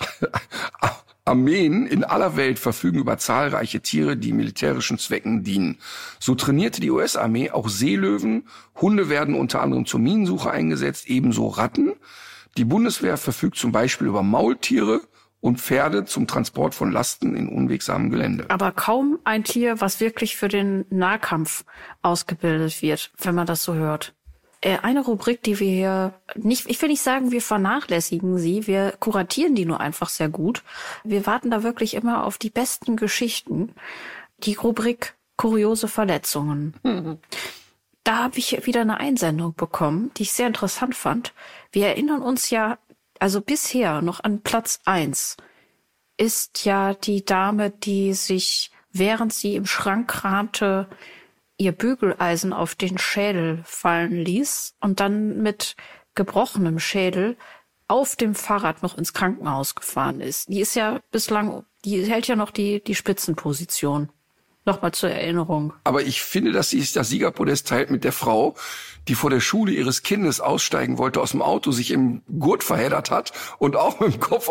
Armeen in aller Welt verfügen über zahlreiche Tiere, die militärischen Zwecken dienen. So trainierte die U S-Armee auch Seelöwen. Hunde werden unter anderem zur Minensuche eingesetzt, ebenso Ratten. Die Bundeswehr verfügt zum Beispiel über Maultiere und Pferde zum Transport von Lasten in unwegsamem Gelände. Aber kaum ein Tier, was wirklich für den Nahkampf ausgebildet wird, wenn man das so hört. Eine Rubrik, die wir hier nicht, ich will nicht sagen, wir vernachlässigen sie, wir kuratieren die nur einfach sehr gut. Wir warten da wirklich immer auf die besten Geschichten. Die Rubrik kuriose Verletzungen. Mhm. Da habe ich wieder eine Einsendung bekommen, die ich sehr interessant fand. Wir erinnern uns ja, also bisher noch an Platz eins ist ja die Dame, die sich, während sie im Schrank kramte, ihr Bügeleisen auf den Schädel fallen ließ und dann mit gebrochenem Schädel auf dem Fahrrad noch ins Krankenhaus gefahren ist. Die ist ja bislang, die hält ja noch die, die Spitzenposition. Nochmal zur Erinnerung. Aber ich finde, dass sie das Siegerpodest teilt mit der Frau, die vor der Schule ihres Kindes aussteigen wollte aus dem Auto, sich im Gurt verheddert hat und auch mit dem Kopf auf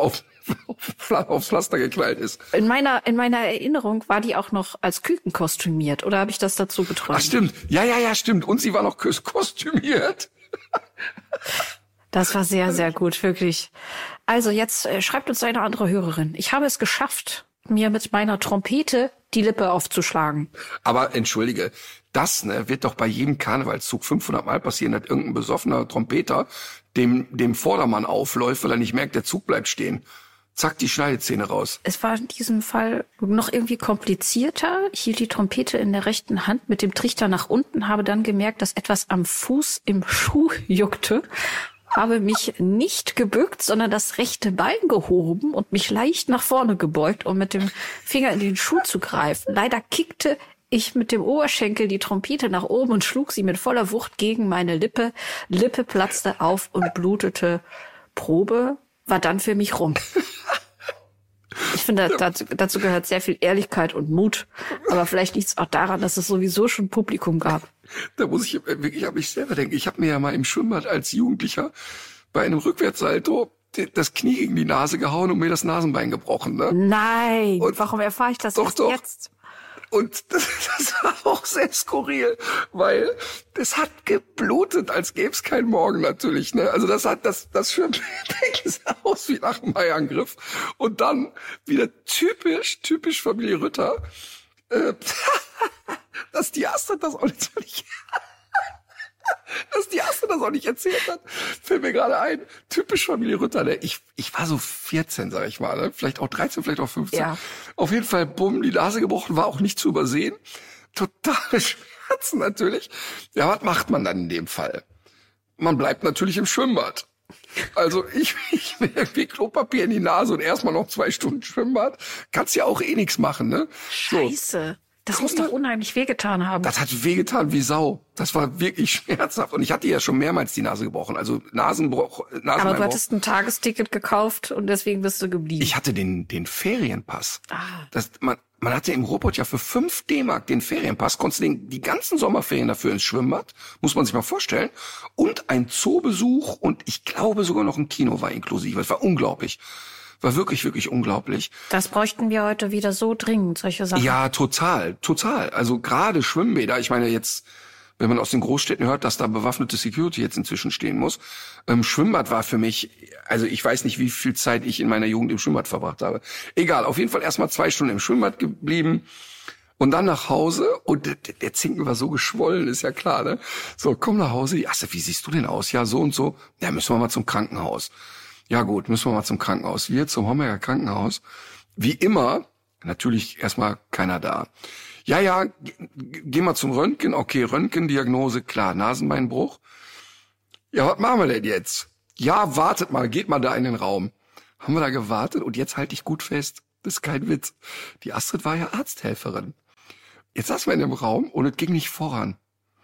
aufs Pflaster geknallt ist. In meiner, in meiner Erinnerung war die auch noch als Küken kostümiert. Oder habe ich das dazu betreut? Ach, stimmt. Ja, ja, ja, stimmt. Und sie war noch kostümiert. Das war sehr, sehr gut, wirklich. Also jetzt äh, schreibt uns eine andere Hörerin. Ich habe es geschafft, mir mit meiner Trompete die Lippe aufzuschlagen. Aber entschuldige, das ne, wird doch bei jedem Karnevalszug fünfhundert Mal passieren, dass irgendein besoffener Trompeter dem, dem Vordermann aufläuft, weil er nicht merkt, der Zug bleibt stehen. Zack, die Schneidezähne raus. Es war in diesem Fall noch irgendwie komplizierter. Ich hielt die Trompete in der rechten Hand mit dem Trichter nach unten, habe dann gemerkt, dass etwas am Fuß im Schuh juckte, habe mich nicht gebückt, sondern das rechte Bein gehoben und mich leicht nach vorne gebeugt, um mit dem Finger in den Schuh zu greifen. Leider kickte ich mit dem Oberschenkel die Trompete nach oben und schlug sie mit voller Wucht gegen meine Lippe. Lippe platzte auf und blutete. Probe war dann für mich rum. Ich finde, dazu, dazu gehört sehr viel Ehrlichkeit und Mut. Aber vielleicht liegt es auch daran, dass es sowieso schon Publikum gab. Da muss ich wirklich an mich selber denken. Ich habe mir ja mal im Schwimmbad als Jugendlicher bei einem Rückwärtssalto das Knie gegen die Nase gehauen und mir das Nasenbein gebrochen. Ne? Nein, und warum erfahre ich das doch, erst doch. jetzt? Und das, das war auch sehr skurril, weil das hat geblutet, als gäbe es keinen Morgen natürlich. Ne? Also das hat das das Schwimmbad sah aus wie nach einem Haiangriff. Und dann wieder typisch, typisch Familie Rütter, äh, dass die Astrid das auch nicht, dass die Astrid das auch nicht erzählt hat, fällt mir gerade ein. Typisch Familie Rütter. Ne? Ich ich war so vierzehn, sag ich mal, ne? Vielleicht auch dreizehn, vielleicht auch fünfzehn. Ja. Auf jeden Fall, bumm, die Nase gebrochen, war auch nicht zu übersehen. Totale Schmerzen natürlich. Ja, was macht man dann in dem Fall? Man bleibt natürlich im Schwimmbad. Also ich, ich mir irgendwie Klopapier in die Nase und erstmal noch zwei Stunden Schwimmbad. Kannst ja auch eh nichts machen, ne? Scheiße. Das muss doch unheimlich wehgetan haben. Das hat wehgetan wie Sau. Das war wirklich schmerzhaft. Und ich hatte ja schon mehrmals die Nase gebrochen. Also Nasenbruch. Nasenbeinbruch. Aber du hattest ein Tagesticket gekauft und deswegen bist du geblieben. Ich hatte den den Ferienpass. Ah. Das, man, man hatte im Ruhrpott ja für fünf D-Mark den Ferienpass. Konntest du den, die ganzen Sommerferien dafür ins Schwimmbad. Muss man sich mal vorstellen. Und ein Zoobesuch und ich glaube sogar noch ein Kino war inklusive. Das war unglaublich. War wirklich, wirklich unglaublich. Das bräuchten wir heute wieder so dringend, solche Sachen. Ja, total, total. Also gerade Schwimmbäder, ich meine jetzt, wenn man aus den Großstädten hört, dass da bewaffnete Security jetzt inzwischen stehen muss. Ähm, Schwimmbad war für mich, also ich weiß nicht, wie viel Zeit ich in meiner Jugend im Schwimmbad verbracht habe. Egal, auf jeden Fall erstmal zwei Stunden im Schwimmbad geblieben und dann nach Hause und der, der Zinken war so geschwollen, ist ja klar, ne? So, komm nach Hause, ach, wie siehst du denn aus? Ja, so und so. Ja, müssen wir mal zum Krankenhaus. Ja gut, müssen wir mal zum Krankenhaus. Wir zum Homberger Krankenhaus. Wie immer, natürlich erstmal keiner da. Ja, ja, geh mal zum Röntgen. Okay, Röntgendiagnose, klar, Nasenbeinbruch. Ja, was machen wir denn jetzt? Ja, wartet mal, geht mal da in den Raum. Haben wir da gewartet und jetzt halte ich gut fest, das ist kein Witz. Die Astrid war ja Arzthelferin. Jetzt saßen wir in dem Raum und es ging nicht voran.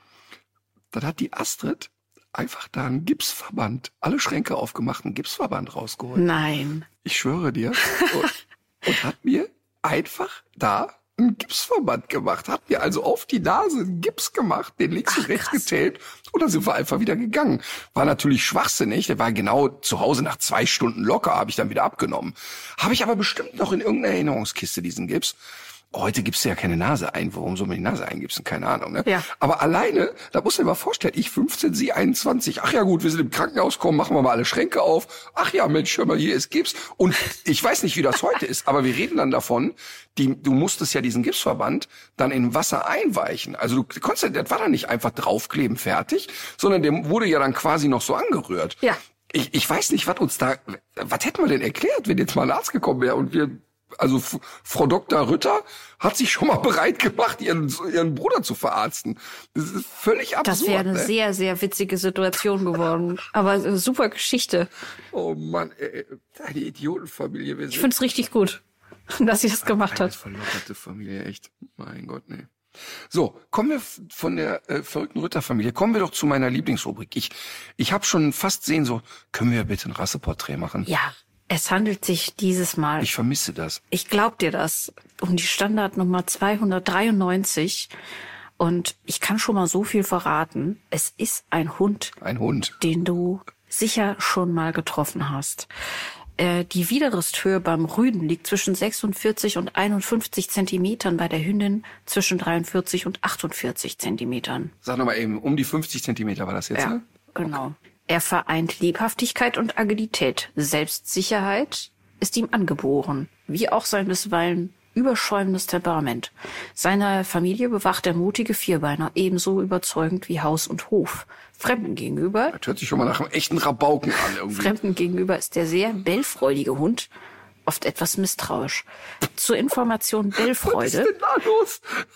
Dann hat die Astrid einfach da einen Gipsverband, alle Schränke aufgemacht, einen Gipsverband rausgeholt. Nein. Ich schwöre dir. Und, und hat mir einfach da einen Gipsverband gemacht. Hat mir also auf die Nase einen Gips gemacht, den links und rechts getaped. Und dann sind wir einfach wieder gegangen. War natürlich schwachsinnig. Der war genau zu Hause nach zwei Stunden locker, habe ich dann wieder abgenommen. Habe ich aber bestimmt noch in irgendeiner Erinnerungskiste diesen Gips. Heute gibst du ja keine Nase ein. Warum soll man die Nase eingibsen? Keine Ahnung, ne? Ja. Aber alleine, da musst du dir mal vorstellen, ich fünfzehn, sie einundzwanzig. Ach ja gut, wir sind im Krankenhaus, komm, machen wir mal alle Schränke auf. Ach ja, Mensch, hör mal, hier ist Gips. Und ich weiß nicht, wie das heute ist, aber wir reden dann davon, die, du musstest ja diesen Gipsverband dann in Wasser einweichen. Also du konntest, das war dann nicht einfach draufkleben, fertig, sondern der wurde ja dann quasi noch so angerührt. Ja. Ich, ich weiß nicht, was uns da, was hätten wir denn erklärt, wenn jetzt mal ein Arzt gekommen wäre und wir, also F- Frau Doktor Rütter hat sich schon mal bereit gemacht, ihren, ihren Bruder zu verarzten. Das ist völlig absurd. Das wäre eine ne? sehr, sehr witzige Situation geworden. Aber eine super Geschichte. Oh Mann, ey, eine Idiotenfamilie. Wir Ich finde es richtig gut, dass sie das gemacht eine hat. verlockerte Familie, echt. Mein Gott, nee. So, kommen wir f- von der äh, verrückten Rütter-Familie, kommen wir doch zu meiner Lieblingsrubrik. Ich, ich habe schon fast sehen, so, können wir bitte ein Rasseporträt machen? Ja, es handelt sich dieses Mal, Ich vermisse das. ich glaub dir das, um die Standardnummer zweihundertdreiundneunzig. Und ich kann schon mal so viel verraten. Es ist ein Hund, Ein Hund. den du sicher schon mal getroffen hast. Äh, die Widerristhöhe beim Rüden liegt zwischen sechsundvierzig und einundfünfzig Zentimetern, bei der Hündin zwischen dreiundvierzig und achtundvierzig Zentimetern. Sag nochmal eben, um die fünfzig Zentimeter war das jetzt, Ja, ne? genau. Er vereint Lebhaftigkeit und Agilität. Selbstsicherheit ist ihm angeboren, wie auch sein bisweilen überschäumendes Temperament. Seiner Familie bewacht der mutige Vierbeiner ebenso überzeugend wie Haus und Hof. Fremden gegenüber, Das hört sich schon mal nach einem echten Rabauken an irgendwie. Fremden gegenüber ist der sehr bellfreudige Hund oft etwas misstrauisch. Zur Information Was ist Bellfreude. denn da los?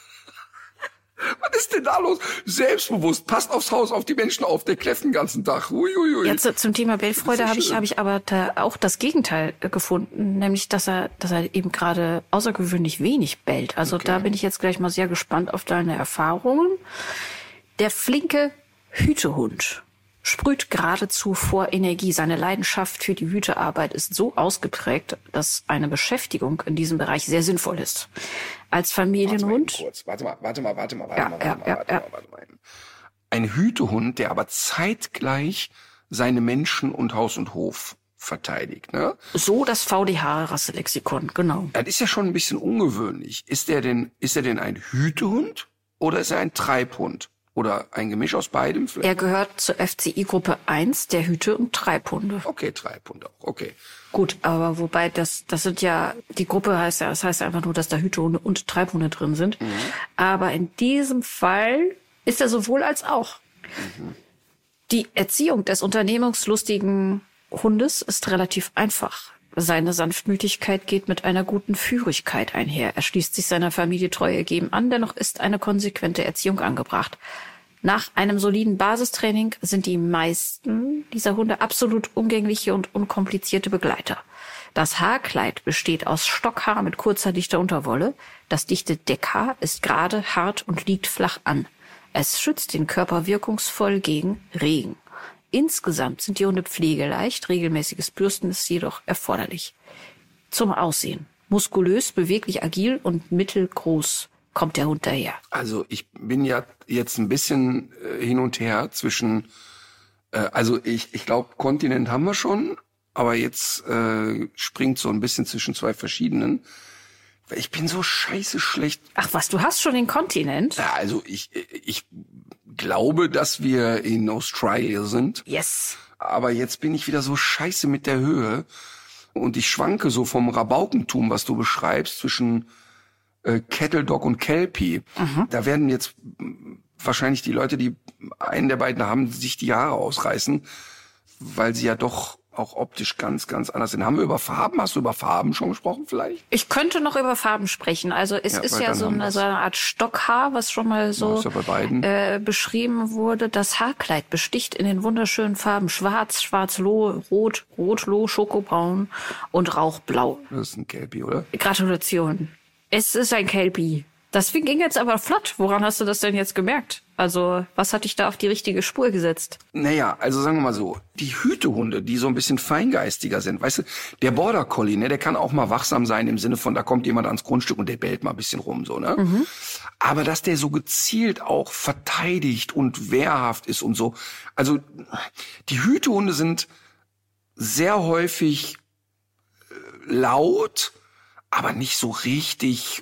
Was ist denn da los? Selbstbewusst, passt aufs Haus, auf die Menschen auf, der kläfft den ganzen Tag. Uiuiui. Jetzt zum Thema Bellfreude Das ist habe ich, schön. habe ich aber da auch das Gegenteil äh, gefunden, nämlich dass er, dass er eben gerade außergewöhnlich wenig bellt. Also da bin ich jetzt gleich mal sehr gespannt auf deine Erfahrungen. Der flinke Hütehund sprüht geradezu vor Energie. Seine Leidenschaft für die Hütearbeit ist so ausgeprägt, dass eine Beschäftigung in diesem Bereich sehr sinnvoll ist. Als Warte mal eben Familienhund, kurz. Warte mal, warte mal, warte mal, warte Ja, mal, warte ja, mal, ja, warte ja. mal, warte mal. eben. Ein Hütehund, der aber zeitgleich seine Menschen und Haus und Hof verteidigt, ne? so das V D H-Rasselexikon, genau. Das ist ja schon ein bisschen ungewöhnlich. Ist der denn, ist er denn ein Hütehund oder ist er ein Treibhund? Oder ein Gemisch aus beidem vielleicht? Er gehört zur F C I-Gruppe eins der Hüte- und Treibhunde. Okay, Treibhund auch, okay. Gut, aber wobei das, das sind ja, die Gruppe heißt ja, das heißt einfach nur, dass da Hütehunde und Treibhunde drin sind. Mhm. Aber in diesem Fall ist er sowohl als auch. Mhm. Die Erziehung des unternehmungslustigen Hundes ist relativ einfach. Seine Sanftmütigkeit geht mit einer guten Führigkeit einher. Er schließt sich seiner Familie treu ergeben an, dennoch ist eine konsequente Erziehung angebracht. Nach einem soliden Basistraining sind die meisten dieser Hunde absolut umgängliche und unkomplizierte Begleiter. Das Haarkleid besteht aus Stockhaar mit kurzer, dichter Unterwolle. Das dichte Deckhaar ist gerade, hart und liegt flach an. Es schützt den Körper wirkungsvoll gegen Regen. Insgesamt sind die Hunde pflegeleicht, regelmäßiges Bürsten ist jedoch erforderlich. Zum Aussehen. Muskulös, beweglich, agil und mittelgroß kommt der Hund daher. Also ich bin ja jetzt ein bisschen äh, hin und her zwischen, äh, also ich, ich glaube, Kontinent haben wir schon, aber jetzt äh, springt so ein bisschen zwischen zwei verschiedenen. Ich bin so scheiße schlecht. Ach was, du hast schon den Kontinent? Ja, also ich, ich glaube, dass wir in Australien sind. Yes. Aber jetzt bin ich wieder so scheiße mit der Höhe. Und ich schwanke so vom Rabaukentum, was du beschreibst, zwischen äh, Cattle Dog und Kelpie. Mhm. Da werden jetzt wahrscheinlich die Leute, die einen der beiden haben, sich die Haare ausreißen, weil sie ja doch auch optisch ganz, ganz anders sind. Haben wir über Farben? Hast du über Farben schon gesprochen vielleicht? Ich könnte noch über Farben sprechen. Also es Ja, ist weil ja dann so haben eine, wir's. so eine Art Stockhaar, was schon mal Ja, so ist ja bei beiden. äh, beschrieben wurde. Das Haarkleid besticht in den wunderschönen Farben Schwarz, Schwarz-Loh, Rot, Rot-Loh, Schokobraun und Rauchblau. Das ist ein Kelpie, oder? Gratulation. Es ist ein Kelpie. Das ging jetzt aber flott. Woran hast du das denn jetzt gemerkt? Also, was hat dich da auf die richtige Spur gesetzt? Naja, also sagen wir mal so, die Hütehunde, die so ein bisschen feingeistiger sind, weißt du, der Border Collie, ne, der kann auch mal wachsam sein im Sinne von, da kommt jemand ans Grundstück und der bellt mal ein bisschen rum, so, ne? Mhm. Aber dass der so gezielt auch verteidigt und wehrhaft ist und so, also die Hütehunde sind sehr häufig äh, laut, aber nicht so richtig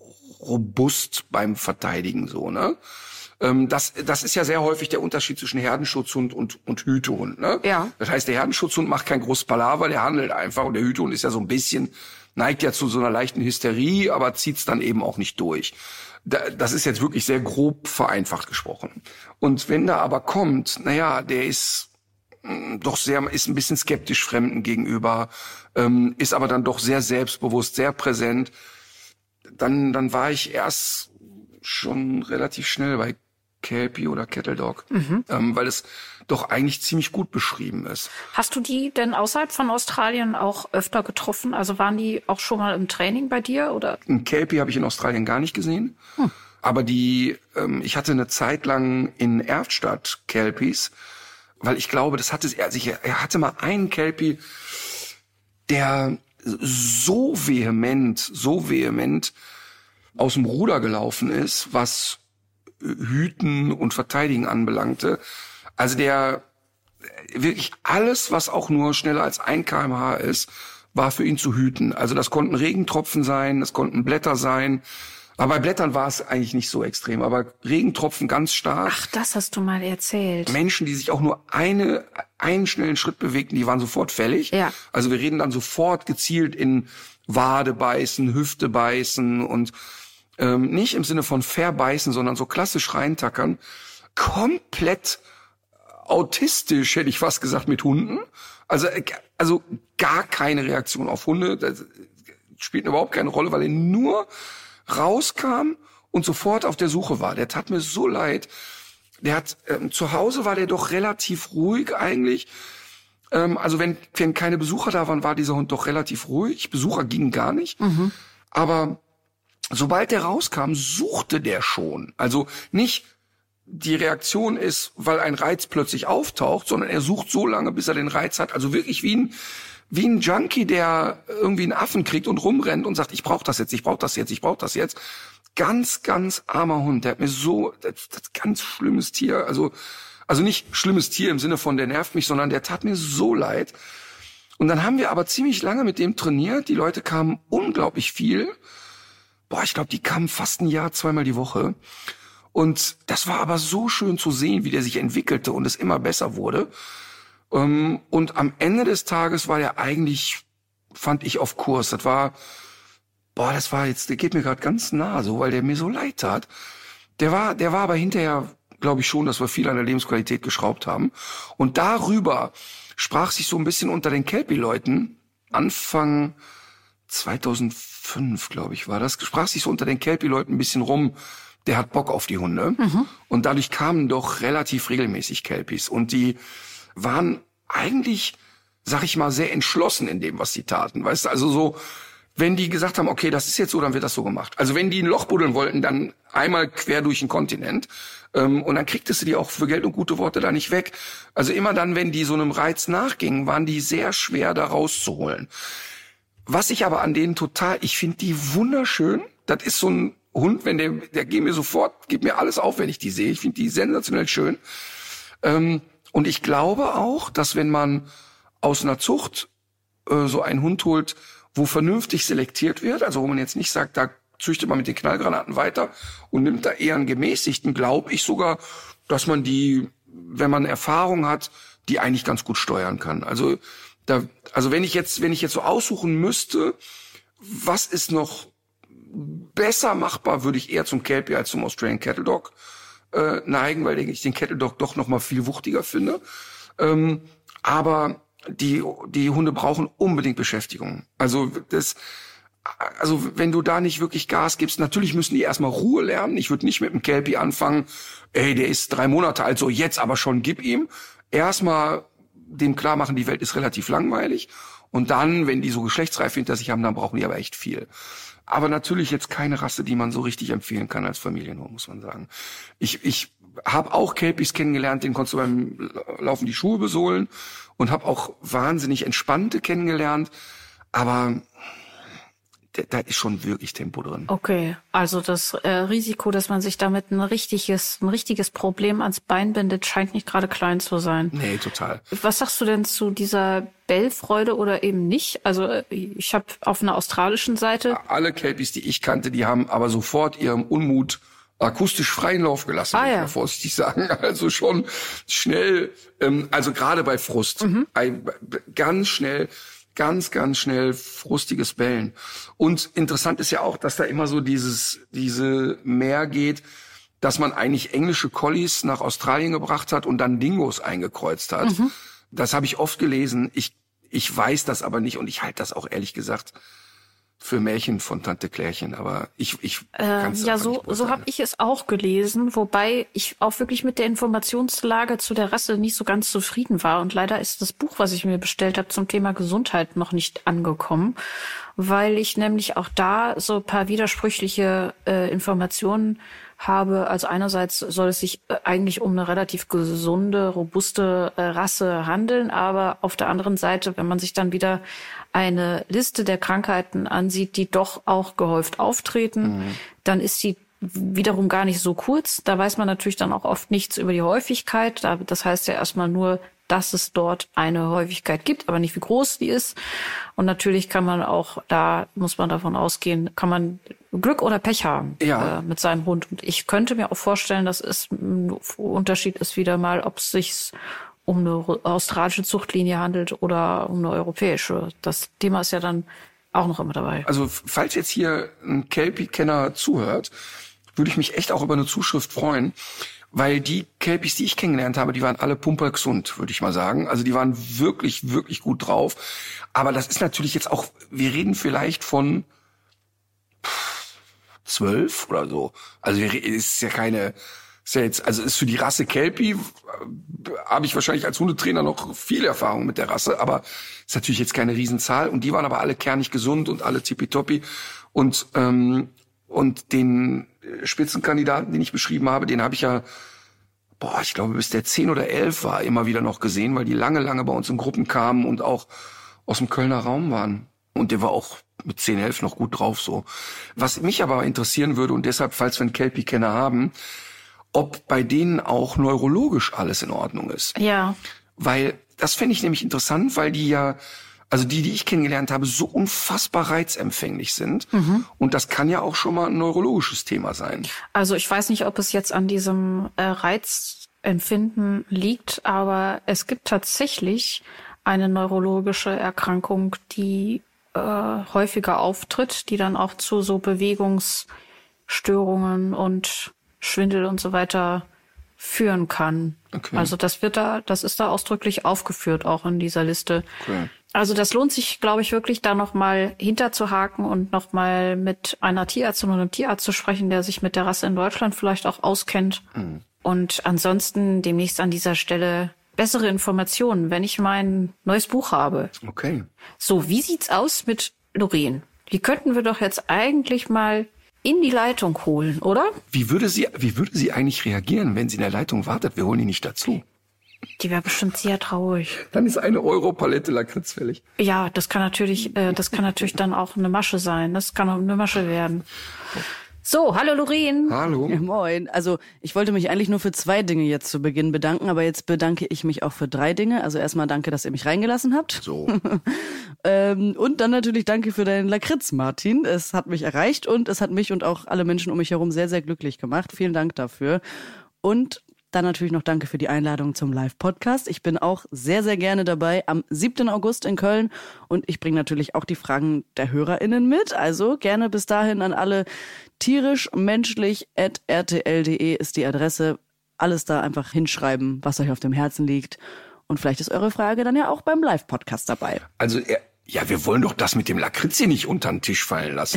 robust beim Verteidigen, so, ne? Das, das ist ja sehr häufig der Unterschied zwischen Herdenschutzhund und, und Hütehund, ne? Ja. Das heißt, der Herdenschutzhund macht kein großes Palaver, der handelt einfach. Und der Hütehund ist ja so ein bisschen, neigt ja zu so einer leichten Hysterie, aber zieht's dann eben auch nicht durch. Das ist jetzt wirklich sehr grob vereinfacht gesprochen. Und wenn da aber kommt, naja, der ist doch sehr, ist ein bisschen skeptisch Fremden gegenüber, ähm, ist aber dann doch sehr selbstbewusst, sehr präsent, dann, dann war ich erst schon relativ schnell bei Kelpie oder Cattle Dog, mhm. ähm, weil es doch eigentlich ziemlich gut beschrieben ist. Hast du die denn außerhalb von Australien auch öfter getroffen? Also waren die auch schon mal im Training bei dir, oder? Ein Kelpie habe ich in Australien gar nicht gesehen. Hm. Aber die, ähm, ich hatte eine Zeit lang in Erftstadt Kelpies, weil ich glaube, das hatte, also ich, er hatte mal einen Kelpie, der so vehement, so vehement aus dem Ruder gelaufen ist, was Hüten und Verteidigen anbelangte. Also der, wirklich alles, was auch nur schneller als ein Kilometer pro Stunde ist, war für ihn zu hüten. Also das konnten Regentropfen sein, das konnten Blätter sein. Aber bei Blättern war es eigentlich nicht so extrem. Aber Regentropfen ganz stark. Ach, das hast du mal erzählt. Menschen, die sich auch nur eine, einen schnellen Schritt bewegten, die waren sofort fällig. Ja. Also wir reden dann sofort gezielt in Wade beißen, Hüfte beißen und ähm, nicht im Sinne von verbeißen, sondern so klassisch reintackern. Komplett autistisch, hätte ich fast gesagt, mit Hunden. Also, also gar keine Reaktion auf Hunde. Das spielt überhaupt keine Rolle, weil er nur rauskam und sofort auf der Suche war. Der tat mir so leid. Der hat ähm, zu Hause war der doch relativ ruhig eigentlich. Ähm, also wenn, wenn keine Besucher da waren, war dieser Hund doch relativ ruhig. Besucher gingen gar nicht. Mhm. Aber sobald der rauskam, suchte der schon. Also nicht die Reaktion ist, weil ein Reiz plötzlich auftaucht, sondern er sucht so lange, bis er den Reiz hat. Also wirklich wie ein wie ein Junkie, der irgendwie einen Affen kriegt und rumrennt und sagt, ich brauche das jetzt, ich brauche das jetzt, ich brauche das jetzt. Ganz, ganz armer Hund. Der hat mir so, das, das ganz schlimmes Tier. Also, also nicht schlimmes Tier im Sinne von, der nervt mich, sondern der tat mir so leid. Und dann haben wir aber ziemlich lange mit dem trainiert. Die Leute kamen unglaublich viel. Boah, ich glaube, die kamen fast ein Jahr, zweimal die Woche. Und das war aber so schön zu sehen, wie der sich entwickelte und es immer besser wurde. Und am Ende des Tages war der eigentlich, fand ich, auf Kurs. Das war, boah, das war jetzt, der geht mir gerade ganz nah, so, weil der mir so leid tat. Der war, der war aber hinterher, glaube ich schon, dass wir viel an der Lebensqualität geschraubt haben. Und darüber sprach sich so ein bisschen unter den Kelpie-Leuten, Anfang zweitausendfünf, glaube ich, war das, sprach sich so unter den Kelpie-Leuten ein bisschen rum, der hat Bock auf die Hunde. Mhm. Und dadurch kamen doch relativ regelmäßig Kelpies. Und die waren eigentlich, sag ich mal, sehr entschlossen in dem, was sie taten. Weißt du, also so, wenn die gesagt haben, okay, das ist jetzt so, dann wird das so gemacht. Also wenn die ein Loch buddeln wollten, dann einmal quer durch den Kontinent. Ähm, und dann kriegtest du die auch für Geld und gute Worte da nicht weg. Also immer dann, wenn die so einem Reiz nachgingen, waren die sehr schwer da rauszuholen. Was ich aber an denen total, ich finde die wunderschön. Das ist so ein Hund, wenn der, der geht mir sofort, gibt mir alles auf, wenn ich die sehe. Ich finde die sensationell schön. Ähm, Und ich glaube auch, dass wenn man aus einer Zucht äh, so einen Hund holt, wo vernünftig selektiert wird, also wo man jetzt nicht sagt, da züchtet man mit den Knallgranaten weiter und nimmt da eher einen gemäßigten, glaube ich sogar, dass man die, wenn man Erfahrung hat, die eigentlich ganz gut steuern kann. Also da, also wenn ich jetzt, wenn ich jetzt so aussuchen müsste, was ist noch besser machbar, würde ich eher zum Kelpie als zum Australian Cattle Dog Äh, neigen, weil ich den Cattle Dog doch noch mal viel wuchtiger finde. Ähm, aber die die Hunde brauchen unbedingt Beschäftigung. Also das, also wenn du da nicht wirklich Gas gibst, natürlich müssen die erstmal Ruhe lernen. Ich würde nicht mit dem Kelpie anfangen. Ey, der ist drei Monate alt, so jetzt aber schon, gib ihm. Erstmal dem klar machen, die Welt ist relativ langweilig. Und dann, wenn die so Geschlechtsreife hinter sich haben, dann brauchen die aber echt viel. Aber natürlich jetzt keine Rasse, die man so richtig empfehlen kann als Familienhund, muss man sagen. Ich ich habe auch Kelpies kennengelernt, denen konntest du beim Laufen die Schuhe besohlen und habe auch wahnsinnig entspannte kennengelernt. Aber da ist schon wirklich Tempo drin. Okay, also das äh, Risiko, dass man sich damit ein richtiges, ein richtiges Problem ans Bein bindet, scheint nicht gerade klein zu sein. Nee, total. Was sagst du denn zu dieser Bellfreude oder eben nicht? Also ich habe auf einer australischen Seite... Alle Kelpies, die ich kannte, die haben aber sofort ihrem Unmut akustisch freien Lauf gelassen, ah, muss ich ja. mal vorsichtig sagen. Also schon schnell, ähm, also gerade bei Frust, mhm. ein, ganz schnell... Ganz, ganz schnell frustiges Bellen. Und interessant ist ja auch, dass da immer so dieses, diese Mehr geht, dass man eigentlich englische Collies nach Australien gebracht hat und dann Dingos eingekreuzt hat. Mhm. Das habe ich oft gelesen. Ich, ich weiß das aber nicht und ich halte das auch ehrlich gesagt für Märchen von Tante Klärchen, aber ich ich äh, ja so so habe ich es auch gelesen, wobei ich auch wirklich mit der Informationslage zu der Rasse nicht so ganz zufrieden war und leider ist das Buch, was ich mir bestellt habe zum Thema Gesundheit noch nicht angekommen, weil ich nämlich auch da so ein paar widersprüchliche äh, Informationen habe. Also einerseits soll es sich eigentlich um eine relativ gesunde, robuste äh, Rasse handeln, aber auf der anderen Seite, wenn man sich dann wieder eine Liste der Krankheiten ansieht, die doch auch gehäuft auftreten, mhm. dann ist sie wiederum gar nicht so kurz. Da weiß man natürlich dann auch oft nichts über die Häufigkeit. Das heißt ja erstmal nur, dass es dort eine Häufigkeit gibt, aber nicht wie groß die ist. Und natürlich kann man auch, da muss man davon ausgehen, kann man Glück oder Pech haben Ja. äh, mit seinem Hund. Und ich könnte mir auch vorstellen, dass es ein Unterschied ist wieder mal, ob es sich um eine australische Zuchtlinie handelt oder um eine europäische. Das Thema ist ja dann auch noch immer dabei. Also falls jetzt hier ein Kelpie-Kenner zuhört, würde ich mich echt auch über eine Zuschrift freuen, weil die Kelpies, die ich kennengelernt habe, die waren alle pumpergesund, würde ich mal sagen. Also die waren wirklich, wirklich gut drauf. Aber das ist natürlich jetzt auch, wir reden vielleicht von zwölf oder so. Also es ist ja keine, ist ja jetzt, also ist für die Rasse Kelpie, habe ich wahrscheinlich als Hundetrainer noch viel Erfahrung mit der Rasse, aber ist natürlich jetzt keine Riesenzahl. Und die waren aber alle kernig gesund und alle tippitoppi. Und ähm, und den Spitzenkandidaten, den ich beschrieben habe, den habe ich ja, boah, ich glaube, bis der zehn oder elf war, immer wieder noch gesehen, weil die lange, lange bei uns in Gruppen kamen und auch aus dem Kölner Raum waren. Und der war auch mit zehn, elf noch gut drauf so. Was mich aber interessieren würde, und deshalb, falls wir einen Kelpie-Kenner haben, ob bei denen auch neurologisch alles in Ordnung ist. Ja. Weil, das fände ich nämlich interessant, weil die ja, also die, die ich kennengelernt habe, so unfassbar reizempfänglich sind. Mhm. Und das kann ja auch schon mal ein neurologisches Thema sein. Also ich weiß nicht, ob es jetzt an diesem äh, Reizempfinden liegt, aber es gibt tatsächlich eine neurologische Erkrankung, die äh, häufiger auftritt, die dann auch zu so Bewegungsstörungen und Schwindel und so weiter führen kann. Okay. Also das wird da, das ist da ausdrücklich aufgeführt, auch in dieser Liste. Okay. Also das lohnt sich, glaube ich, wirklich, da nochmal hinterzuhaken und nochmal mit einer Tierärztin oder einem Tierarzt zu sprechen, der sich mit der Rasse in Deutschland vielleicht auch auskennt. Mhm. Und ansonsten demnächst an dieser Stelle bessere Informationen, wenn ich mein neues Buch habe. Okay. So, wie sieht's aus mit Loreen? Die könnten wir doch jetzt eigentlich mal in die Leitung holen, oder? Wie würde sie, wie würde sie eigentlich reagieren, wenn sie in der Leitung wartet? Wir holen die nicht dazu. Die wäre bestimmt sehr traurig. Dann ist eine Euro-Palette Lakritz fällig. Ja, das kann natürlich, äh, das kann natürlich dann auch eine Masche sein. Das kann auch eine Masche werden. So, hallo Loreen. Hallo. Ja, moin. Also ich wollte mich eigentlich nur für zwei Dinge jetzt zu Beginn bedanken, aber jetzt bedanke ich mich auch für drei Dinge. Also erstmal danke, dass ihr mich reingelassen habt. So. ähm, und dann natürlich danke für deinen Lakritz, Martin. Es hat mich erreicht und es hat mich und auch alle Menschen um mich herum sehr, sehr glücklich gemacht. Vielen Dank dafür. Und dann natürlich noch danke für die Einladung zum Live-Podcast. Ich bin auch sehr, sehr gerne dabei am siebten August in Köln und ich bringe natürlich auch die Fragen der HörerInnen mit. Also gerne bis dahin an alle tierischmenschlich at r t l punkt d e ist die Adresse. Alles da einfach hinschreiben, was euch auf dem Herzen liegt. Und vielleicht ist eure Frage dann ja auch beim Live-Podcast dabei. Also, ja, wir wollen doch das mit dem Lakritz hier nicht unter den Tisch fallen lassen.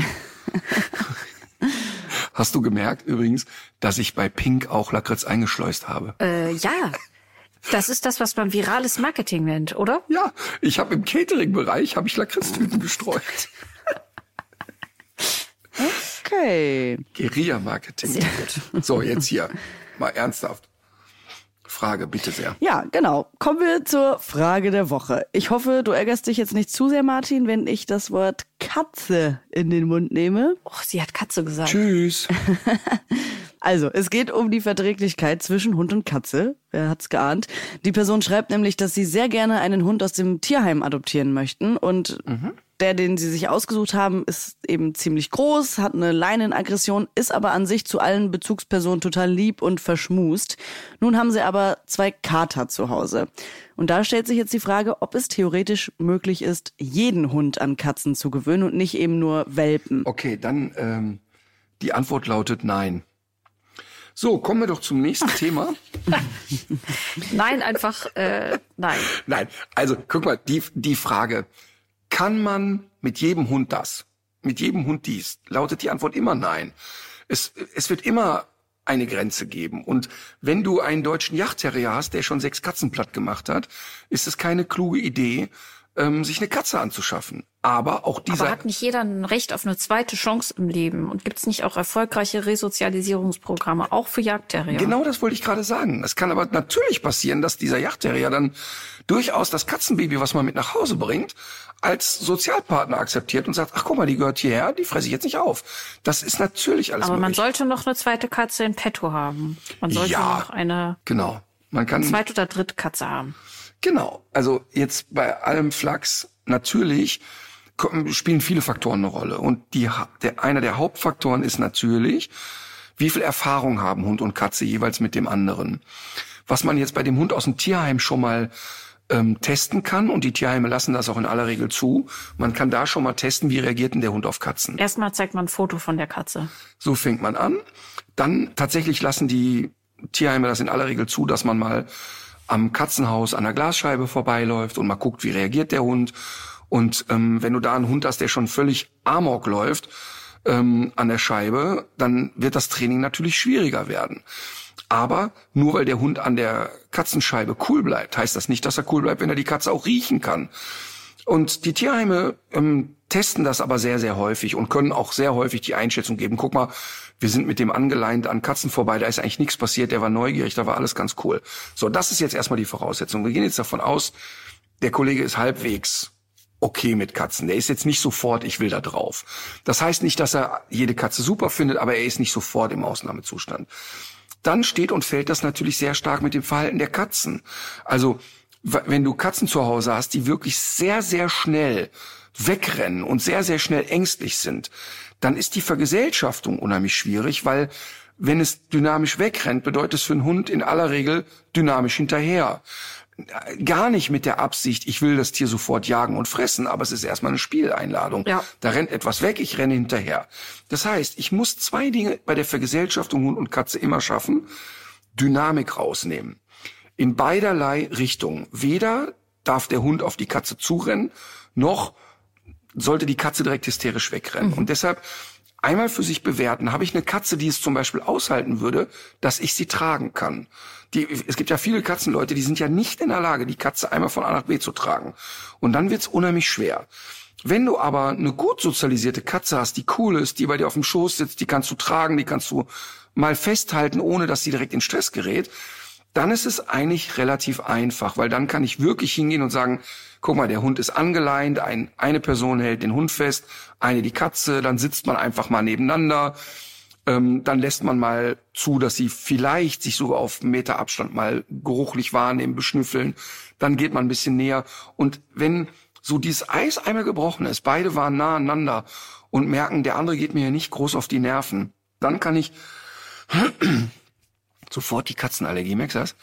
Hast du gemerkt übrigens, dass ich bei Pink auch Lakritz eingeschleust habe? Äh, ja. Das ist das, was man virales Marketing nennt, oder? Ja, ich habe im Catering-Bereich habe ich Lakritztüten gestreut. Okay. Guerilla-Marketing. Sehr gut. So, jetzt hier. Mal ernsthaft. Frage, bitte sehr. Ja, genau. Kommen wir zur Frage der Woche. Ich hoffe, du ärgerst dich jetzt nicht zu sehr, Martin, wenn ich das Wort Katze in den Mund nehme. Och, sie hat Katze gesagt. Tschüss. Also, es geht um die Verträglichkeit zwischen Hund und Katze. Wer hat's geahnt? Die Person schreibt nämlich, dass sie sehr gerne einen Hund aus dem Tierheim adoptieren möchten und mhm. der, den sie sich ausgesucht haben, ist eben ziemlich groß, hat eine Leinenaggression, ist aber an sich zu allen Bezugspersonen total lieb und verschmust. Nun haben sie aber zwei Kater zu Hause. Und da stellt sich jetzt die Frage, ob es theoretisch möglich ist, jeden Hund an Katzen zu gewöhnen und nicht eben nur Welpen. Okay, dann ähm, die Antwort lautet nein. So, kommen wir doch zum nächsten Thema. Nein, einfach äh, nein. Nein, also guck mal, die, die Frage, kann man mit jedem Hund das, mit jedem Hund dies, lautet die Antwort immer nein. Es, es wird immer eine Grenze geben. Und wenn du einen deutschen Jagdterrier hast, der schon sechs Katzen platt gemacht hat, ist es keine kluge Idee, ähm, sich eine Katze anzuschaffen. Aber auch dieser... Aber hat nicht jeder ein Recht auf eine zweite Chance im Leben? Und gibt es nicht auch erfolgreiche Resozialisierungsprogramme, auch für Jagdterrier? Genau das wollte ich gerade sagen. Es kann aber natürlich passieren, dass dieser Jagdterrier dann durchaus das Katzenbaby, was man mit nach Hause bringt, als Sozialpartner akzeptiert und sagt, ach guck mal, die gehört hierher, die fresse ich jetzt nicht auf. Das ist natürlich alles Aber möglich. man sollte noch eine zweite Katze in petto haben. Man sollte ja, noch eine genau. Man kann zweite oder dritte Katze haben. Genau. Also jetzt bei allem Flachs natürlich spielen viele Faktoren eine Rolle. Und die, der, einer der Hauptfaktoren ist natürlich, wie viel Erfahrung haben Hund und Katze jeweils mit dem anderen. Was man jetzt bei dem Hund aus dem Tierheim schon mal ähm, testen kann, und die Tierheime lassen das auch in aller Regel zu, man kann da schon mal testen, wie reagiert denn der Hund auf Katzen. Erstmal zeigt man ein Foto von der Katze. So fängt man an. Dann tatsächlich lassen die Tierheime das in aller Regel zu, dass man mal am Katzenhaus an der Glasscheibe vorbeiläuft und mal guckt, wie reagiert der Hund. Und ähm, wenn du da einen Hund hast, der schon völlig amok läuft ähm, an der Scheibe, dann wird das Training natürlich schwieriger werden. Aber nur weil der Hund an der Katzenscheibe cool bleibt, heißt das nicht, dass er cool bleibt, wenn er die Katze auch riechen kann. Und die Tierheime ähm, testen das aber sehr, sehr häufig und können auch sehr häufig die Einschätzung geben. Guck mal, wir sind mit dem angeleint an Katzen vorbei, da ist eigentlich nichts passiert, der war neugierig, da war alles ganz cool. So, das ist jetzt erstmal die Voraussetzung. Wir gehen jetzt davon aus, der Kollege ist halbwegs okay mit Katzen. Der ist jetzt nicht sofort, ich will da drauf. Das heißt nicht, dass er jede Katze super findet, aber er ist nicht sofort im Ausnahmezustand. Dann steht und fällt das natürlich sehr stark mit dem Verhalten der Katzen. Also, wenn du Katzen zu Hause hast, die wirklich sehr, sehr schnell wegrennen und sehr, sehr schnell ängstlich sind, dann ist die Vergesellschaftung unheimlich schwierig, weil wenn es dynamisch wegrennt, bedeutet es für einen Hund in aller Regel dynamisch hinterher. Gar nicht mit der Absicht, ich will das Tier sofort jagen und fressen, aber es ist erstmal eine Spieleinladung. Ja. Da rennt etwas weg, ich renne hinterher. Das heißt, ich muss zwei Dinge bei der Vergesellschaftung Hund und Katze immer schaffen. Dynamik rausnehmen. In beiderlei Richtungen. Weder darf der Hund auf die Katze zurennen, noch sollte die Katze direkt hysterisch wegrennen. Mhm. Und deshalb einmal für sich bewerten, habe ich eine Katze, die es zum Beispiel aushalten würde, dass ich sie tragen kann. Die, es gibt ja viele Katzenleute, die sind ja nicht in der Lage, die Katze einmal von A nach B zu tragen. Und dann wird's unheimlich schwer. Wenn du aber eine gut sozialisierte Katze hast, die cool ist, die bei dir auf dem Schoß sitzt, die kannst du tragen, die kannst du mal festhalten, ohne dass sie direkt in Stress gerät, dann ist es eigentlich relativ einfach, weil dann kann ich wirklich hingehen und sagen, guck mal, der Hund ist angeleint, ein, eine Person hält den Hund fest, eine die Katze, dann sitzt man einfach mal nebeneinander, ähm, dann lässt man mal zu, dass sie vielleicht sich sogar auf einen Meter Abstand mal geruchlich wahrnehmen, beschnüffeln, dann geht man ein bisschen näher. Und wenn so dieses Eis einmal gebrochen ist, beide waren nah aneinander und merken, der andere geht mir hier nicht groß auf die Nerven, dann kann ich sofort die Katzenallergie, merkst du das?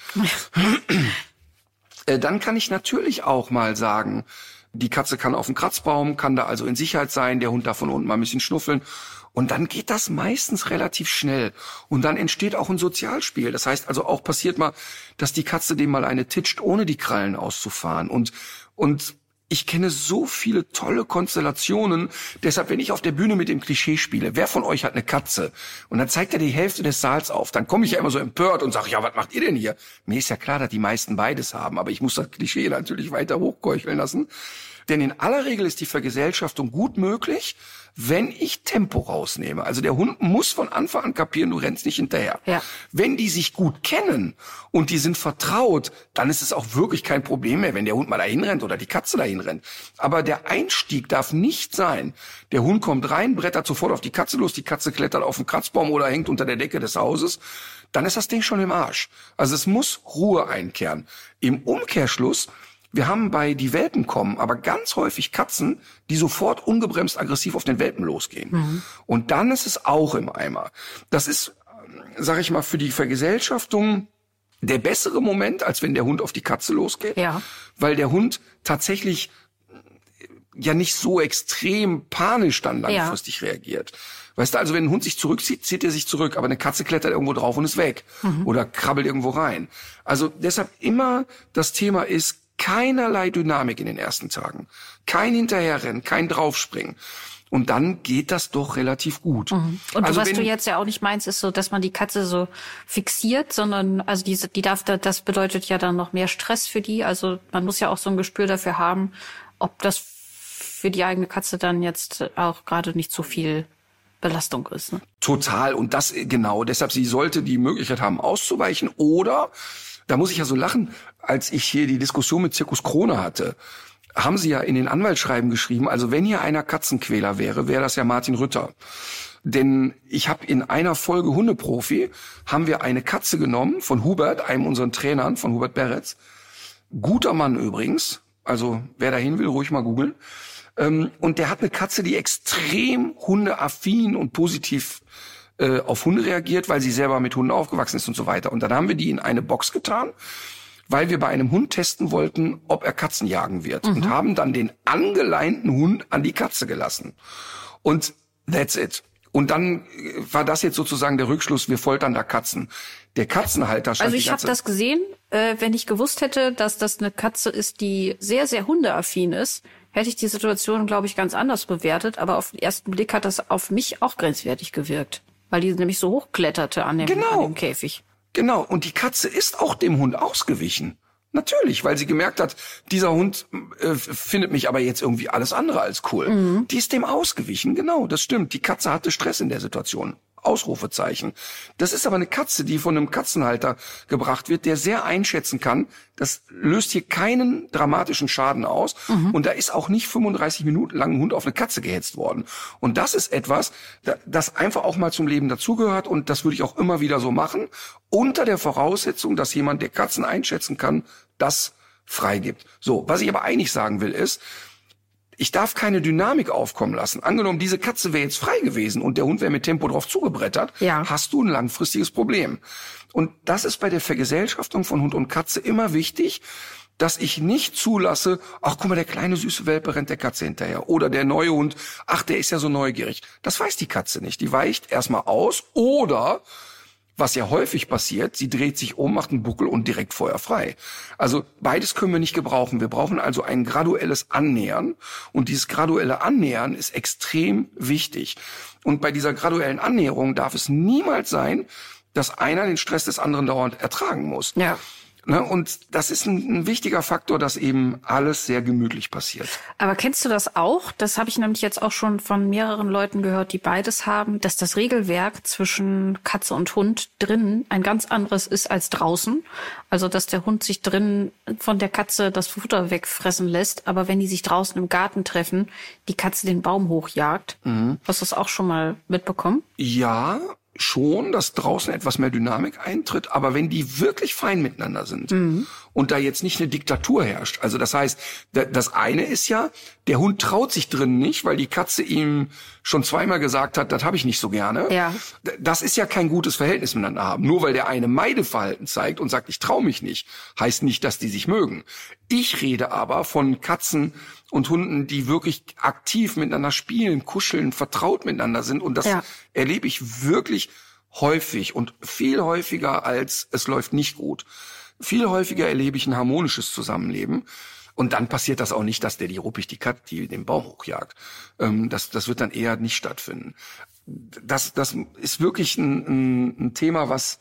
äh, dann kann ich natürlich auch mal sagen, die Katze kann auf den Kratzbaum, kann da also in Sicherheit sein, der Hund darf von unten mal ein bisschen schnuffeln. Und dann geht das meistens relativ schnell. Und dann entsteht auch ein Sozialspiel. Das heißt also auch passiert mal, dass die Katze dem mal eine titscht, ohne die Krallen auszufahren. Und, und ich kenne so viele tolle Konstellationen. Deshalb, wenn ich auf der Bühne mit dem Klischee spiele, wer von euch hat eine Katze? Und dann zeigt er die Hälfte des Saals auf. Dann komme ich ja immer so empört und sage, ja, was macht ihr denn hier? Mir ist ja klar, dass die meisten beides haben. Aber ich muss das Klischee natürlich weiter hochkeucheln lassen. Denn in aller Regel ist die Vergesellschaftung gut möglich, wenn ich Tempo rausnehme. Also der Hund muss von Anfang an kapieren, du rennst nicht hinterher. Ja. Wenn die sich gut kennen und die sind vertraut, dann ist es auch wirklich kein Problem mehr, wenn der Hund mal dahin rennt oder die Katze dahin rennt. Aber der Einstieg darf nicht sein, der Hund kommt rein, brettert sofort auf die Katze los, die Katze klettert auf den Kratzbaum oder hängt unter der Decke des Hauses. Dann ist das Ding schon im Arsch. Also es muss Ruhe einkehren. Im Umkehrschluss, wir haben bei die Welpen kommen, aber ganz häufig Katzen, die sofort ungebremst aggressiv auf den Welpen losgehen. Mhm. Und dann ist es auch im Eimer. Das ist, sag ich mal, für die Vergesellschaftung der bessere Moment, als wenn der Hund auf die Katze losgeht. Ja. Weil der Hund tatsächlich ja nicht so extrem panisch dann langfristig ja. reagiert. Weißt du, also wenn ein Hund sich zurückzieht, zieht er sich zurück, aber eine Katze klettert irgendwo drauf und ist weg. Mhm. Oder krabbelt irgendwo rein. Also deshalb immer das Thema ist, keinerlei Dynamik in den ersten Tagen. Kein Hinterherrennen, kein Draufspringen. Und dann geht das doch relativ gut. Mhm. Und also was wenn, du jetzt ja auch nicht meinst, ist so, dass man die Katze so fixiert, sondern also diese, die darf, das bedeutet ja dann noch mehr Stress für die. Also man muss ja auch so ein Gespür dafür haben, ob das für die eigene Katze dann jetzt auch gerade nicht so viel Belastung ist. Ne? Total. Und das genau. Deshalb, sie sollte die Möglichkeit haben, auszuweichen. Oder, da muss ich ja so lachen, als ich hier die Diskussion mit Zirkus Krone hatte, haben sie ja in den Anwaltsschreiben geschrieben, also wenn hier einer Katzenquäler wäre, wäre das ja Martin Rütter. Denn ich habe in einer Folge Hundeprofi, haben wir eine Katze genommen von Hubert, einem unseren Trainern, von Hubert Beretz. guter Mann übrigens. Also wer dahin will, ruhig mal googeln. Ähm, und der hat eine Katze, die extrem hundeaffin und positiv äh, auf Hunde reagiert, weil sie selber mit Hunden aufgewachsen ist und so weiter. Und dann haben wir die in eine Box getan, weil wir bei einem Hund testen wollten, ob er Katzen jagen wird. Mhm. Und haben dann den angeleinten Hund an die Katze gelassen. Und that's it. Und dann war das jetzt sozusagen der Rückschluss, wir foltern da Katzen. Der Katzenhalter stand Also ich die habe ganze das gesehen, äh, wenn ich gewusst hätte, dass das eine Katze ist, die sehr, sehr hundeaffin ist, hätte ich die Situation, glaube ich, ganz anders bewertet. Aber auf den ersten Blick hat das auf mich auch grenzwertig gewirkt, weil die nämlich so hochkletterte an dem, Genau. an dem Käfig. Genau, und die Katze ist auch dem Hund ausgewichen. Natürlich, weil sie gemerkt hat, dieser Hund äh, findet mich aber jetzt irgendwie alles andere als cool. Mhm. Die ist dem ausgewichen, genau, das stimmt. Die Katze hatte Stress in der Situation. Ausrufezeichen. Das ist aber eine Katze, die von einem Katzenhalter gebracht wird, der sehr einschätzen kann, das löst hier keinen dramatischen Schaden aus. Mhm. Und da ist auch nicht fünfunddreißig Minuten lang ein Hund auf eine Katze gehetzt worden. Und das ist etwas, das einfach auch mal zum Leben dazugehört. Und das würde ich auch immer wieder so machen. Unter der Voraussetzung, dass jemand, der Katzen einschätzen kann, das freigibt. So, was ich aber eigentlich sagen will, ist, ich darf keine Dynamik aufkommen lassen. Angenommen, diese Katze wäre jetzt frei gewesen und der Hund wäre mit Tempo drauf zugebrettert, ja. hast du ein langfristiges Problem. Und das ist bei der Vergesellschaftung von Hund und Katze immer wichtig, dass ich nicht zulasse, ach guck mal, der kleine süße Welpe rennt der Katze hinterher. Oder der neue Hund, ach, der ist ja so neugierig. Das weiß die Katze nicht. Die weicht erstmal aus oder... Was ja häufig passiert, sie dreht sich um, macht einen Buckel und direkt feuerfrei. Also beides können wir nicht gebrauchen. Wir brauchen also ein graduelles Annähern. Und dieses graduelle Annähern ist extrem wichtig. Und bei dieser graduellen Annäherung darf es niemals sein, dass einer den Stress des anderen dauernd ertragen muss. Ja. Ne, und das ist ein, ein wichtiger Faktor, dass eben alles sehr gemütlich passiert. Aber kennst du das auch? Das habe ich nämlich jetzt auch schon von mehreren Leuten gehört, die beides haben, dass das Regelwerk zwischen Katze und Hund drinnen ein ganz anderes ist als draußen. Also dass der Hund sich drinnen von der Katze das Futter wegfressen lässt, aber wenn die sich draußen im Garten treffen, die Katze den Baum hochjagt. Mhm. Hast du das auch schon mal mitbekommen? Ja, schon, dass draußen etwas mehr Dynamik eintritt, aber wenn die wirklich fein miteinander sind mhm. und da jetzt nicht eine Diktatur herrscht, also das heißt, das eine ist ja, der Hund traut sich drin nicht, weil die Katze ihm schon zweimal gesagt hat, das habe ich nicht so gerne. Ja. Das ist ja kein gutes Verhältnis miteinander haben. Nur weil der eine Meideverhalten zeigt und sagt, ich traue mich nicht, heißt nicht, dass die sich mögen. Ich rede aber von Katzen und Hunden, die wirklich aktiv miteinander spielen, kuscheln, vertraut miteinander sind. Und das ja. erlebe ich wirklich häufig und viel häufiger als es läuft nicht gut. Viel häufiger erlebe ich ein harmonisches Zusammenleben. Und dann passiert das auch nicht, dass der die ruppig die Katze, die den Baum hochjagt. Ähm, das, das wird dann eher nicht stattfinden. Das, das ist wirklich ein, ein, ein Thema, was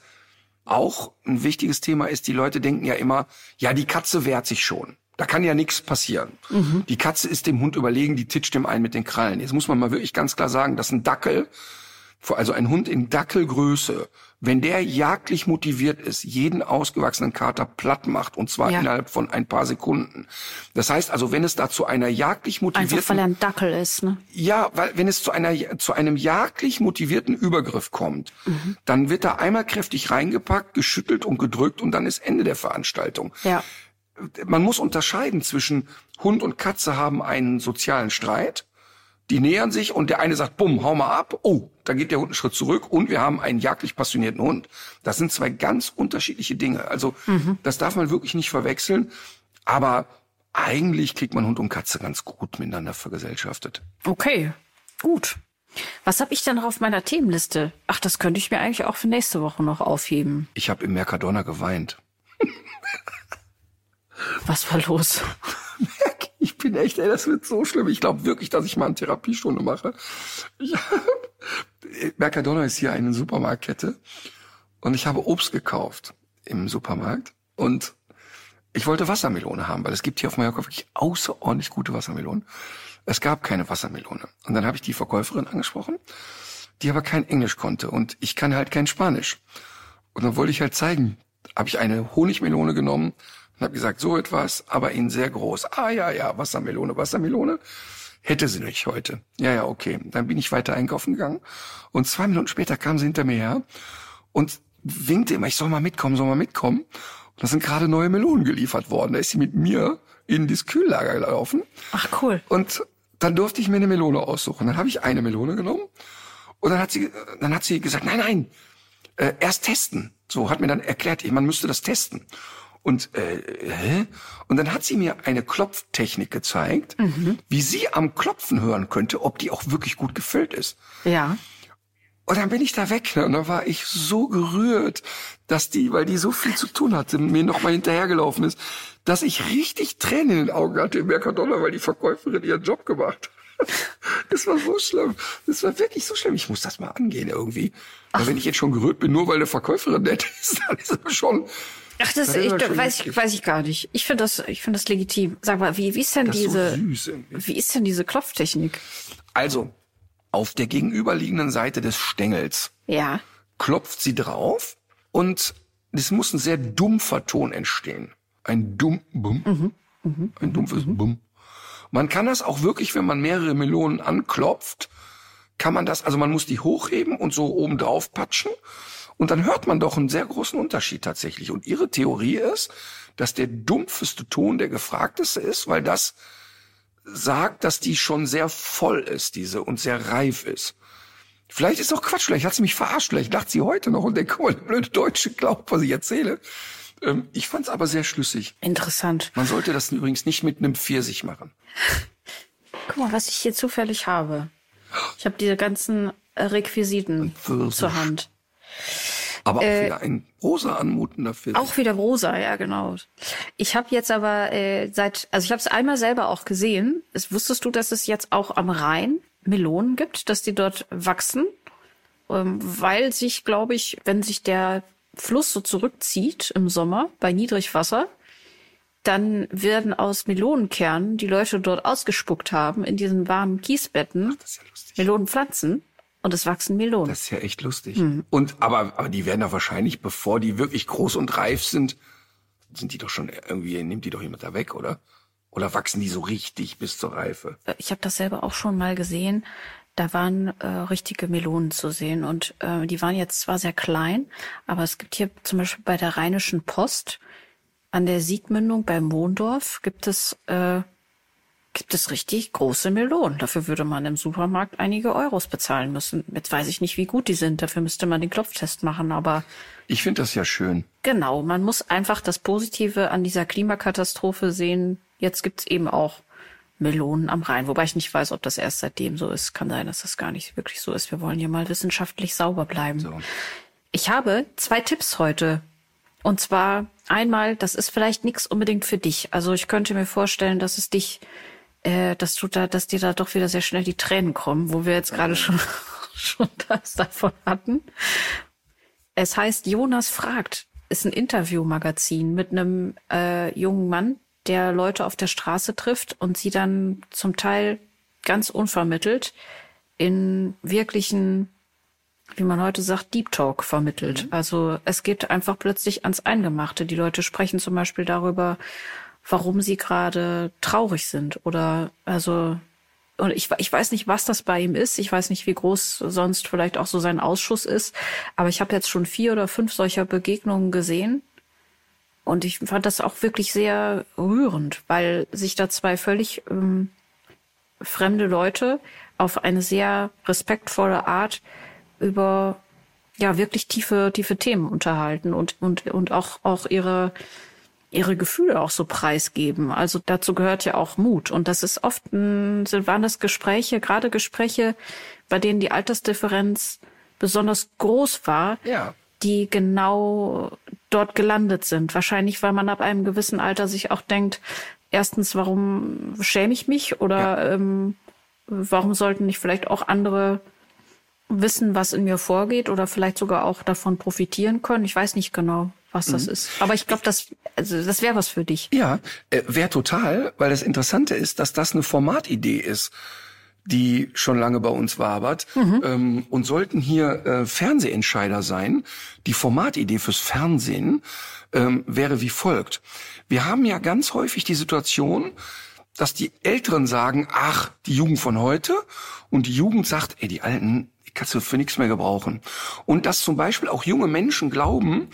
auch ein wichtiges Thema ist. Die Leute denken ja immer, ja, die Katze wehrt sich schon. Da kann ja nichts passieren. Mhm. Die Katze ist dem Hund überlegen, die titscht dem ein mit den Krallen. Jetzt muss man mal wirklich ganz klar sagen, dass ein Dackel, also ein Hund in Dackelgröße, wenn der jagdlich motiviert ist, jeden ausgewachsenen Kater platt macht, und zwar ja. innerhalb von ein paar Sekunden. Das heißt also, wenn es da zu einer jagdlich motivierten... Einfach weil er ein Dackel ist, ne? Ja, weil wenn es zu einer zu einem jagdlich motivierten Übergriff kommt, mhm. dann wird da einmal kräftig reingepackt, geschüttelt und gedrückt und dann ist Ende der Veranstaltung. Ja. Man muss unterscheiden zwischen Hund und Katze haben einen sozialen Streit. Die nähern sich und der eine sagt, bumm, hau mal ab. Oh, da geht der Hund einen Schritt zurück und wir haben einen jagdlich passionierten Hund. Das sind zwei ganz unterschiedliche Dinge. Also mhm. das darf man wirklich nicht verwechseln. Aber eigentlich kriegt man Hund und Katze ganz gut miteinander vergesellschaftet. Okay, gut. Was habe ich denn noch auf meiner Themenliste? Ach, das könnte ich mir eigentlich auch für nächste Woche noch aufheben. Ich habe im Mercadona geweint. Was war los? Ich bin echt, ey, das wird so schlimm. Ich glaube wirklich, dass ich mal eine Therapiestunde mache. Ich hab, Mercadona ist hier eine Supermarktkette und ich habe Obst gekauft im Supermarkt und ich wollte Wassermelone haben, weil es gibt hier auf Mallorca wirklich außerordentlich gute Wassermelonen. Es gab keine Wassermelone. Und dann habe ich die Verkäuferin angesprochen, die aber kein Englisch konnte und ich kann halt kein Spanisch. Und dann wollte ich halt zeigen, habe ich eine Honigmelone genommen und habe gesagt, so etwas, aber in sehr groß. Ah ja, ja, Wassermelone, Wassermelone. Hätte sie nicht heute. Ja, ja, okay. Dann bin ich weiter einkaufen gegangen und zwei Minuten später kam sie hinter mir her und winkte immer, ich soll mal mitkommen, soll mal mitkommen. Und da sind gerade neue Melonen geliefert worden. Da ist sie mit mir in das Kühllager gelaufen. Ach, cool. Und dann durfte ich mir eine Melone aussuchen. Dann habe ich eine Melone genommen und dann hat sie, dann hat sie gesagt, nein, nein, äh, erst testen. So hat mir dann erklärt, man müsste das testen. Und äh, hä? Und dann hat sie mir eine Klopftechnik gezeigt, mhm. wie sie am Klopfen hören könnte, ob die auch wirklich gut gefüllt ist. Ja. Und dann bin ich da weg, ne? Und dann war ich so gerührt, dass die, weil die so viel zu tun hatte, mir noch mal hinterhergelaufen ist, dass ich richtig Tränen in den Augen hatte im Mercadona, weil die Verkäuferin ihren Job gemacht hat. Das war so schlimm. Das war wirklich so schlimm. Ich muss das mal angehen irgendwie. Aber wenn ich jetzt schon gerührt bin, nur weil eine Verkäuferin nett ist, dann ist es schon... Ach, das, ich, das weiß ich, weiß ich gar nicht. Ich finde das, ich finde das legitim. Sag mal, wie, wie ist denn das diese, so süß irgendwie. Wie ist denn diese Klopftechnik? Also, auf der gegenüberliegenden Seite des Stängels Ja. klopft sie drauf und es muss ein sehr dumpfer Ton entstehen. Ein dumm, Bumm. Mhm. Mhm. Ein dumpfes mhm. Bumm. Man kann das auch wirklich, wenn man mehrere Melonen anklopft, kann man das, also man muss die hochheben und so oben drauf patschen. Und dann hört man doch einen sehr großen Unterschied tatsächlich. Und ihre Theorie ist, dass der dumpfeste Ton der gefragteste ist, weil das sagt, dass die schon sehr voll ist, diese, und sehr reif ist. Vielleicht ist auch Quatsch, vielleicht hat sie mich verarscht, vielleicht lacht sie heute noch und denkt, guck mal, der blöde Deutsche glaubt, was ich erzähle. Ähm, ich fand's aber sehr schlüssig. Interessant. Man sollte das übrigens nicht mit einem Pfirsich machen. Guck mal, was ich hier zufällig habe. Ich habe diese ganzen Requisiten zur Hand. Aber auch äh, wieder ein rosa anmutender Film. Auch wieder rosa, ja genau. Ich habe jetzt aber äh, seit, also ich habe es einmal selber auch gesehen. Es, wusstest du, dass es jetzt auch am Rhein Melonen gibt, dass die dort wachsen? Ähm, weil sich, glaube ich, wenn sich der Fluss so zurückzieht im Sommer bei Niedrigwasser, dann werden aus Melonenkernen, die Leute dort ausgespuckt haben, in diesen warmen Kiesbetten, Ach, das ist ja lustig. Melonenpflanzen. Und es wachsen Melonen. Das ist ja echt lustig. Mhm. Und aber aber die werden doch wahrscheinlich, bevor die wirklich groß und reif sind, sind die doch schon irgendwie, nimmt die doch jemand da weg, oder? Oder wachsen die so richtig bis zur Reife? Ich habe das selber auch schon mal gesehen. Da waren äh, richtige Melonen zu sehen und äh, die waren jetzt zwar sehr klein, aber es gibt hier zum Beispiel bei der Rheinischen Post an der Siegmündung bei Mondorf gibt es äh, gibt es richtig große Melonen. Dafür würde man im Supermarkt einige Euros bezahlen müssen. Jetzt weiß ich nicht, wie gut die sind. Dafür müsste man den Klopftest machen, aber... Ich finde das ja schön. Genau, man muss einfach das Positive an dieser Klimakatastrophe sehen. Jetzt gibt's eben auch Melonen am Rhein. Wobei ich nicht weiß, ob das erst seitdem so ist. Kann sein, dass das gar nicht wirklich so ist. Wir wollen hier mal wissenschaftlich sauber bleiben. So. Ich habe zwei Tipps heute. Und zwar einmal, das ist vielleicht nichts unbedingt für dich. Also ich könnte mir vorstellen, dass es dich... Äh, dass du da, dass dir da doch wieder sehr schnell die Tränen kommen, wo wir jetzt gerade schon, schon das davon hatten. Es heißt Jonas fragt, ist ein Interviewmagazin mit einem äh, jungen Mann, der Leute auf der Straße trifft und sie dann zum Teil ganz unvermittelt in wirklichen, wie man heute sagt, Deep Talk vermittelt. Mhm. Also es geht einfach plötzlich ans Eingemachte. Die Leute sprechen zum Beispiel darüber, warum sie gerade traurig sind oder also und ich ich weiß nicht, was das bei ihm ist. Ich weiß nicht, wie groß sonst vielleicht auch so sein Ausschuss ist, aber ich habe jetzt schon vier oder fünf solcher Begegnungen gesehen und ich fand das auch wirklich sehr rührend, weil sich da zwei völlig ähm, fremde Leute auf eine sehr respektvolle Art über ja wirklich tiefe tiefe Themen unterhalten und und und auch auch ihre ihre Gefühle auch so preisgeben. Also dazu gehört ja auch Mut. Und das ist oft, ein, waren das Gespräche, gerade Gespräche, bei denen die Altersdifferenz besonders groß war, ja. die genau dort gelandet sind. Wahrscheinlich, weil man ab einem gewissen Alter sich auch denkt, erstens, warum schäme ich mich? Oder ja. ähm, warum sollten nicht vielleicht auch andere wissen, was in mir vorgeht oder vielleicht sogar auch davon profitieren können? Ich weiß nicht genau, was das mhm. ist. Aber ich glaube, das, also das wäre was für dich. Ja, äh, wäre total, weil das Interessante ist, dass das eine Formatidee ist, die schon lange bei uns wabert. Mhm. Ähm, und sollten hier äh, Fernsehentscheider sein, die Formatidee fürs Fernsehen ähm, wäre wie folgt. Wir haben ja ganz häufig die Situation, dass die Älteren sagen, ach, die Jugend von heute, und die Jugend sagt, ey, die Alten, die kannst du für nichts mehr gebrauchen. Und dass zum Beispiel auch junge Menschen glauben,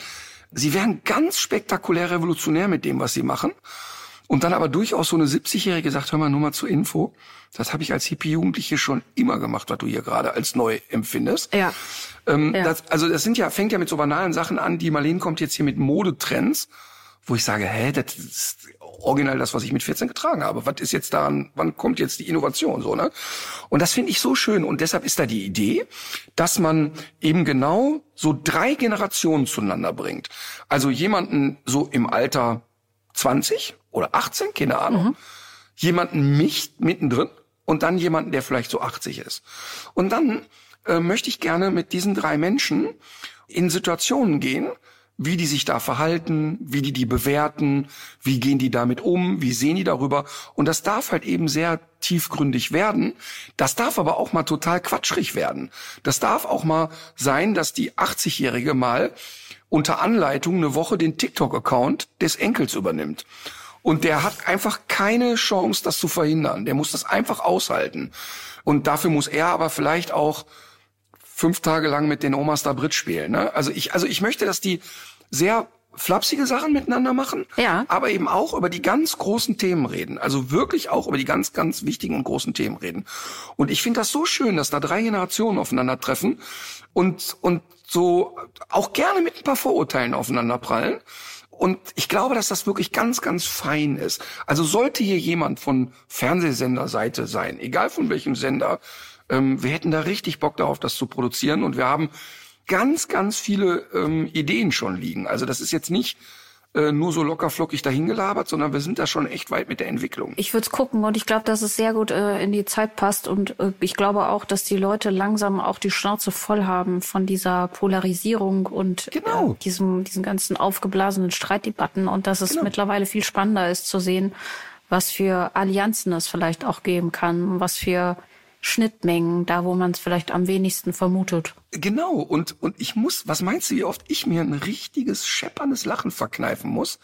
sie wären ganz spektakulär revolutionär mit dem, was sie machen. Und dann aber durchaus so eine siebzigjährige sagt, hör mal, nur mal zur Info, das habe ich als Hippie-Jugendliche schon immer gemacht, was du hier gerade als neu empfindest. Ja. Ähm, ja. Das, also das sind ja, fängt ja mit so banalen Sachen an. Die Marlene kommt jetzt hier mit Modetrends, wo ich sage, hä, das ist original das, was ich mit vierzehn getragen habe. Was ist jetzt daran, wann kommt jetzt die Innovation, so, ne? Und das finde ich so schön. Und deshalb ist da die Idee, dass man eben genau so drei Generationen zueinander bringt. Also jemanden so im Alter zwanzig oder achtzehn, keine Ahnung. Mhm. Jemanden mich mittendrin und dann jemanden, der vielleicht so achtzig ist. Und dann äh, möchte ich gerne mit diesen drei Menschen in Situationen gehen, wie die sich da verhalten, wie die die bewerten, wie gehen die damit um, wie sehen die darüber. Und das darf halt eben sehr tiefgründig werden. Das darf aber auch mal total quatschrig werden. Das darf auch mal sein, dass die achtzigjährige mal unter Anleitung eine Woche den TikTok-Account des Enkels übernimmt. Und der hat einfach keine Chance, das zu verhindern. Der muss das einfach aushalten. Und dafür muss er aber vielleicht auch fünf Tage lang mit den Omas da Bridge spielen. Ne? Also ich, also ich möchte, dass die sehr flapsige Sachen miteinander machen, ja. aber eben auch über die ganz großen Themen reden. Also wirklich auch über die ganz, ganz wichtigen und großen Themen reden. Und ich finde das so schön, dass da drei Generationen aufeinandertreffen und, und so auch gerne mit ein paar Vorurteilen aufeinanderprallen. Und ich glaube, dass das wirklich ganz, ganz fein ist. Also sollte hier jemand von Fernsehsenderseite sein, egal von welchem Sender, ähm, wir hätten da richtig Bock darauf, das zu produzieren. Und wir haben ganz, ganz viele ähm, Ideen schon liegen. Also das ist jetzt nicht äh, nur so lockerflockig dahingelabert, sondern wir sind da schon echt weit mit der Entwicklung. Ich würde es gucken und ich glaube, dass es sehr gut äh, in die Zeit passt und äh, ich glaube auch, dass die Leute langsam auch die Schnauze voll haben von dieser Polarisierung und genau. äh, diesem diesen ganzen aufgeblasenen Streitdebatten und dass es genau. mittlerweile viel spannender ist zu sehen, was für Allianzen es vielleicht auch geben kann, was für Schnittmengen, da wo man es vielleicht am wenigsten vermutet. Genau, und und ich muss, was meinst du, wie oft ich mir ein richtiges, schepperndes Lachen verkneifen muss,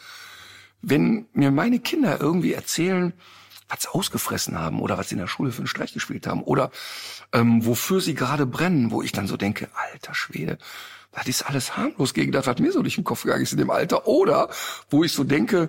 wenn mir meine Kinder irgendwie erzählen, was sie ausgefressen haben oder was sie in der Schule für einen Streich gespielt haben oder ähm, wofür sie gerade brennen, wo ich dann so denke, alter Schwede, das ist alles harmlos gegen das, was mir so durch den Kopf gegangen ist in dem Alter. Oder wo ich so denke,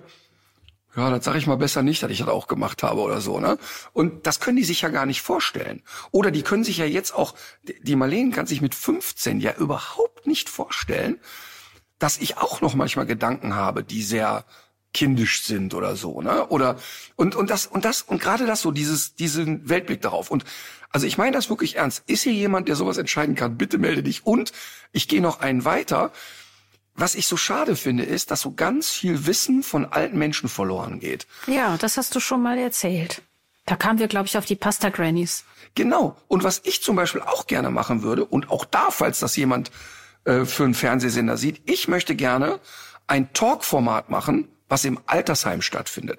ja, das sage ich mal besser nicht, dass ich das auch gemacht habe oder so, ne? Und das können die sich ja gar nicht vorstellen. Oder die können sich ja jetzt auch, die Marlene kann sich mit fünfzehn ja überhaupt nicht vorstellen, dass ich auch noch manchmal Gedanken habe, die sehr kindisch sind oder so, ne? Oder und und das und das und gerade das so dieses diesen Weltblick darauf. Und also ich meine das wirklich ernst. Ist hier jemand, der sowas entscheiden kann? Bitte melde dich. Und ich gehe noch einen weiter. Was ich so schade finde, ist, dass so ganz viel Wissen von alten Menschen verloren geht. Ja, das hast du schon mal erzählt. Da kamen wir, glaube ich, auf die Pasta-Grannies. Genau. Und was ich zum Beispiel auch gerne machen würde, und auch da, falls das jemand äh, für einen Fernsehsender sieht, ich möchte gerne ein Talk-Format machen, was im Altersheim stattfindet.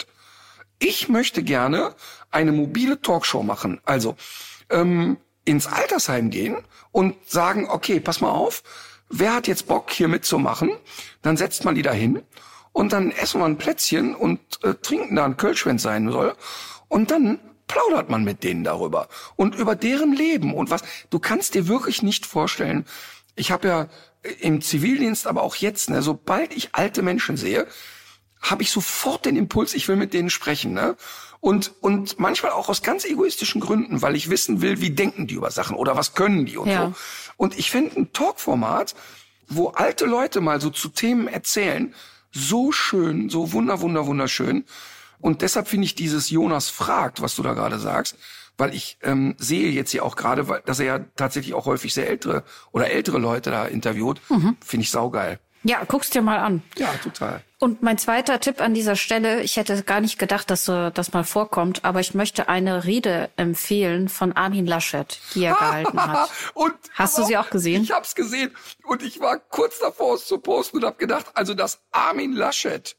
Ich möchte gerne eine mobile Talkshow machen. Also ähm, ins Altersheim gehen und sagen, okay, pass mal auf, wer hat jetzt Bock, hier mitzumachen? Dann setzt man die da hin und dann essen wir ein Plätzchen und äh, trinken da ein Kölsch, wenn es sein soll. Und dann plaudert man mit denen darüber und über deren Leben und was. Du kannst dir wirklich nicht vorstellen, ich habe ja im Zivildienst, aber auch jetzt, ne, sobald ich alte Menschen sehe, habe ich sofort den Impuls, ich will mit denen sprechen, ne? Und und manchmal auch aus ganz egoistischen Gründen, weil ich wissen will, wie denken die über Sachen oder was können die und ja. so. Und ich finde ein Talkformat, wo alte Leute mal so zu Themen erzählen, so schön, so wunder, wunder, wunderschön. Und deshalb finde ich dieses Jonas fragt, was du da gerade sagst, weil ich ähm, sehe jetzt ja auch gerade, weil dass er ja tatsächlich auch häufig sehr ältere oder ältere Leute da interviewt, mhm. finde ich saugeil. Ja, guck's dir mal an. Ja, total. Und mein zweiter Tipp an dieser Stelle, ich hätte gar nicht gedacht, dass äh, das mal vorkommt, aber ich möchte eine Rede empfehlen von Armin Laschet, die er gehalten hat. Und hast du sie auch gesehen? Ich hab's gesehen und ich war kurz davor, es zu posten und hab gedacht, also dass Armin Laschet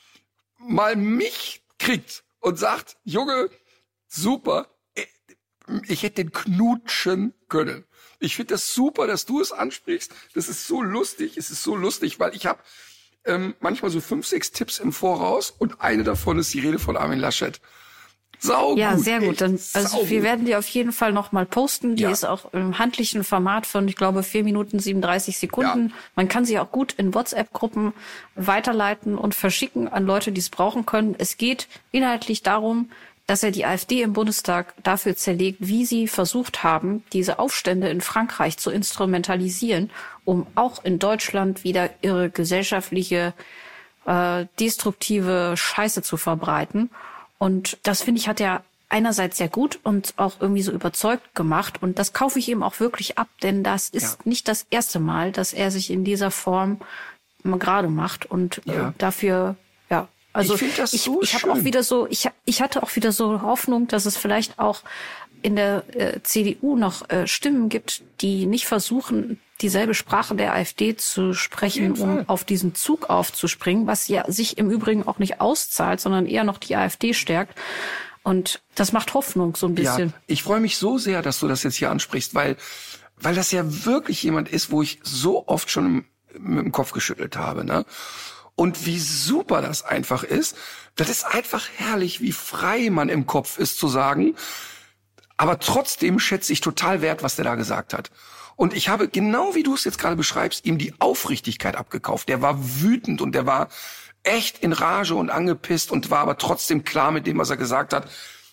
mal mich kriegt und sagt, Junge, super, ich hätte den knutschen können. Ich finde das super, dass du es ansprichst. Das ist so lustig. Es ist so lustig, weil ich habe ähm, manchmal so fünf, sechs Tipps im Voraus und eine davon ist die Rede von Armin Laschet. Sau gut. Ja, sehr gut. Echt Dann, also saugut. wir werden die auf jeden Fall noch mal posten. Die Ja. ist auch im handlichen Format von, ich glaube, vier Minuten siebenunddreißig Sekunden. Ja. Man kann sie auch gut in WhatsApp-Gruppen weiterleiten und verschicken an Leute, die es brauchen können. Es geht inhaltlich darum, dass er die AfD im Bundestag dafür zerlegt, wie sie versucht haben, diese Aufstände in Frankreich zu instrumentalisieren, um auch in Deutschland wieder ihre gesellschaftliche, äh, destruktive Scheiße zu verbreiten. Und das, finde ich, hat er einerseits sehr gut und auch irgendwie so überzeugt gemacht. Und das kaufe ich ihm auch wirklich ab, denn das ist Ja. nicht das erste Mal, dass er sich in dieser Form mal gerade macht. Und Ja. äh, dafür, ja, also Ich finde das ich, so ich habe auch schön. wieder so, ich, ich hatte auch wieder so Hoffnung, dass es vielleicht auch in der äh, C D U noch äh, Stimmen gibt, die nicht versuchen, dieselbe Sprache der AfD zu sprechen, Auf jeden Fall. um auf diesen Zug aufzuspringen, was ja sich im Übrigen auch nicht auszahlt, sondern eher noch die AfD stärkt. Und das macht Hoffnung so ein bisschen. Ja, ich freue mich so sehr, dass du das jetzt hier ansprichst, weil, weil das ja wirklich jemand ist, wo ich so oft schon im, mit dem Kopf geschüttelt habe, ne? Und wie super das einfach ist. Das ist einfach herrlich, wie frei man im Kopf ist zu sagen. Aber trotzdem schätze ich total wert, was der da gesagt hat. Und ich habe, genau wie du es jetzt gerade beschreibst, ihm die Aufrichtigkeit abgekauft. Der war wütend und der war echt in Rage und angepisst und war aber trotzdem klar mit dem, was er gesagt hat.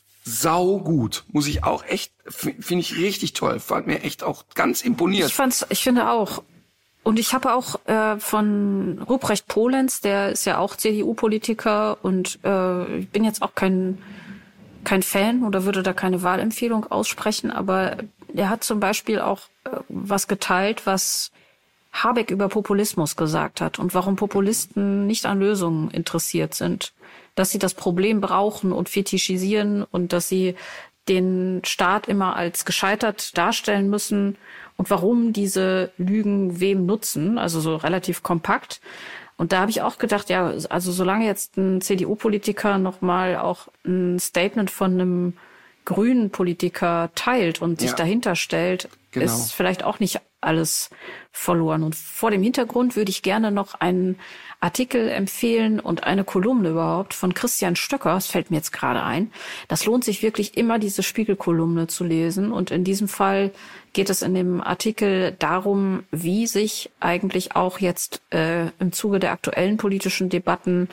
Sau gut. Muss ich auch echt, finde ich richtig toll. Fand mir echt auch ganz imponiert. Ich fand's, ich finde auch. Und ich habe auch äh, von Ruprecht Polenz, der ist ja auch C D U-Politiker und äh, ich bin jetzt auch kein kein Fan oder würde da keine Wahlempfehlung aussprechen, aber er hat zum Beispiel auch äh, was geteilt, was Habeck über Populismus gesagt hat und warum Populisten nicht an Lösungen interessiert sind. Dass sie das Problem brauchen und fetischisieren und dass sie den Staat immer als gescheitert darstellen müssen und warum diese Lügen wem nutzen, also so relativ kompakt. Und da habe ich auch gedacht, ja, also solange jetzt ein C D U-Politiker nochmal auch ein Statement von einem grünen Politiker teilt und sich Ja. dahinter stellt, Genau. ist vielleicht auch nicht alles verloren. Und vor dem Hintergrund würde ich gerne noch einen Artikel empfehlen und eine Kolumne überhaupt von Christian Stöcker. Das fällt mir jetzt gerade ein. Das lohnt sich wirklich immer, diese Spiegelkolumne zu lesen. Und in diesem Fall geht es in dem Artikel darum, wie sich eigentlich auch jetzt äh, im Zuge der aktuellen politischen Debatten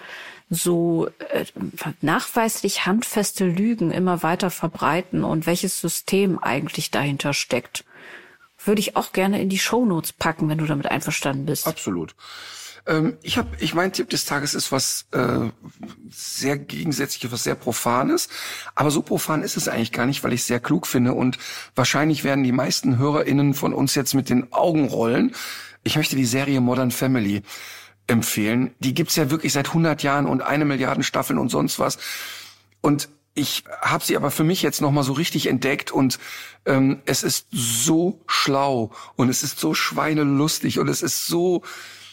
so äh, nachweislich handfeste Lügen immer weiter verbreiten und welches System eigentlich dahinter steckt. Würde ich auch gerne in die Shownotes packen, wenn du damit einverstanden bist. Absolut. Ähm, ich habe, ich mein Tipp des Tages ist was äh, sehr Gegensätzliches, was sehr Profanes. Aber so profan ist es eigentlich gar nicht, weil ich es sehr klug finde. Und wahrscheinlich werden die meisten HörerInnen von uns jetzt mit den Augen rollen. Ich möchte die Serie Modern Family empfehlen. Die gibt's ja wirklich seit hundert Jahren und eine Milliarden Staffeln und sonst was. Und ich habe sie aber für mich jetzt noch mal so richtig entdeckt und ähm, es ist so schlau und es ist so schweinelustig und es ist so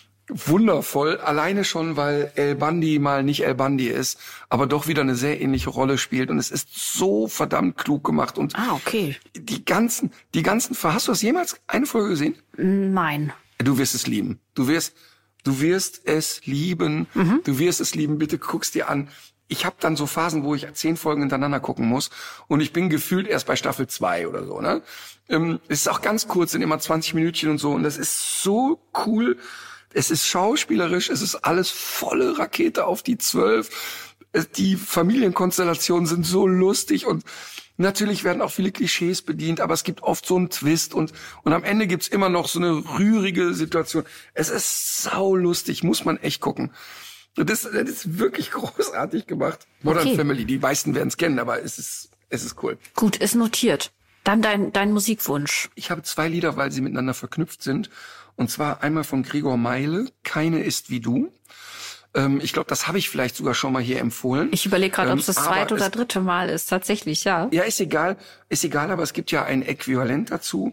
wundervoll, alleine schon, weil El Bandi mal nicht El Bandi ist, aber doch wieder eine sehr ähnliche Rolle spielt und es ist so verdammt klug gemacht und Ah, okay. die ganzen, die ganzen, hast du das jemals eine Folge gesehen? Nein. Du wirst es lieben. Du wirst, du wirst es lieben. Mhm. Du wirst es lieben. Bitte guck's dir an. Ich habe dann so Phasen, wo ich zehn Folgen hintereinander gucken muss und ich bin gefühlt erst bei Staffel zwei oder so. Ne, ähm, es ist auch ganz kurz, sind immer zwanzig Minütchen und so und das ist so cool. Es ist schauspielerisch, es ist alles volle Rakete auf die zwölf. Die Familienkonstellationen sind so lustig und natürlich werden auch viele Klischees bedient, aber es gibt oft so einen Twist und und am Ende gibt's immer noch so eine rührige Situation. Es ist saulustig, muss man echt gucken. Das, das ist wirklich großartig gemacht. Modern Okay. Family, die meisten werden es kennen, aber es ist es ist cool. Gut, ist notiert. Dann dein, dein Musikwunsch. Ich habe zwei Lieder, weil sie miteinander verknüpft sind. Und zwar einmal von Gregor Meile, Keine ist wie du. Ähm, ich glaube, das habe ich vielleicht sogar schon mal hier empfohlen. Ich überlege gerade, ob es das Ähm, zweite aber oder es- dritte Mal ist. Tatsächlich, ja. Ja, ist egal, ist egal, aber es gibt ja ein Äquivalent dazu,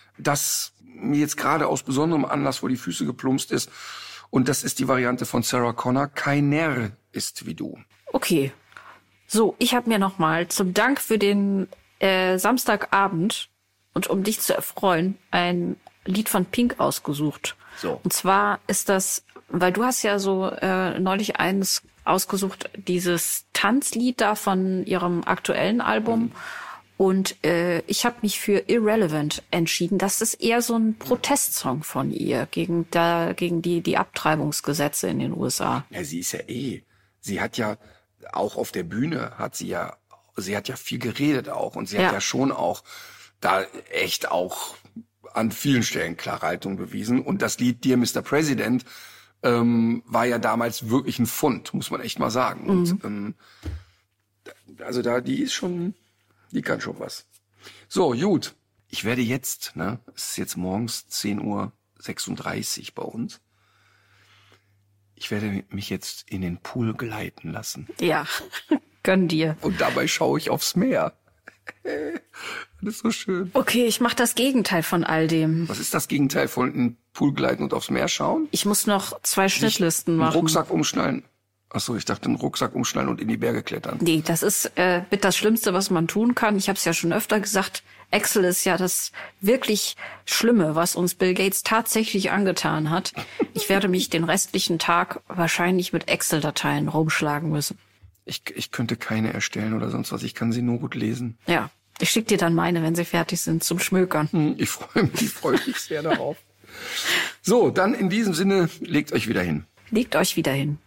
das mir jetzt gerade aus besonderem Anlass vor die Füße geplumpst ist. Und das ist die Variante von Sarah Connor, Keiner ist wie du. Okay. So, ich habe mir nochmal zum Dank für den äh, Samstagabend und um dich zu erfreuen, ein Lied von Pink ausgesucht. So. Und zwar ist das, weil du hast ja so äh, neulich eines ausgesucht, dieses Tanzlied da von ihrem aktuellen Album. Mhm. Und äh, ich habe mich für Irrelevant entschieden. Das ist eher so ein Protestsong von ihr gegen da gegen die die Abtreibungsgesetze in den U S A. Ja, sie ist ja eh. Sie hat ja auch auf der Bühne hat sie ja, sie hat ja viel geredet auch und sie Ja. hat ja schon auch da echt auch an vielen Stellen klare Haltung bewiesen. Und das Lied Dear Mister President ähm, war ja damals wirklich ein Fund, muss man echt mal sagen. Mhm. Und ähm, also da, die ist schon, die kann schon was. So, gut. Ich werde jetzt, ne, es ist jetzt morgens zehn Uhr sechsunddreißig bei uns. Ich werde mich jetzt in den Pool gleiten lassen. Ja, gönn dir. Und dabei schaue ich aufs Meer. Das ist so schön. Okay, ich mache das Gegenteil von all dem. Was ist das Gegenteil von in den Pool gleiten und aufs Meer schauen? Ich muss noch zwei Schnittlisten Einen machen. Rucksack umschnallen. Ach so, ich dachte, einen Rucksack umschnallen und in die Berge klettern. Nee, das ist äh, mit das Schlimmste, was man tun kann. Ich habe es ja schon öfter gesagt. Excel ist ja das wirklich Schlimme, was uns Bill Gates tatsächlich angetan hat. Ich werde mich den restlichen Tag wahrscheinlich mit Excel-Dateien rumschlagen müssen. Ich, ich könnte keine erstellen oder sonst was. Ich kann sie nur gut lesen. Ja, ich schicke dir dann meine, wenn sie fertig sind, zum Schmökern. Hm, Ich freue mich, ich freue mich sehr darauf. So, dann in diesem Sinne, legt euch wieder hin. Legt euch wieder hin.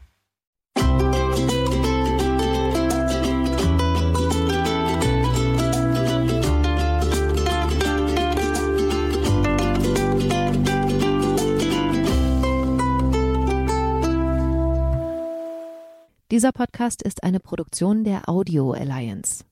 Dieser Podcast ist eine Produktion der Audio Alliance.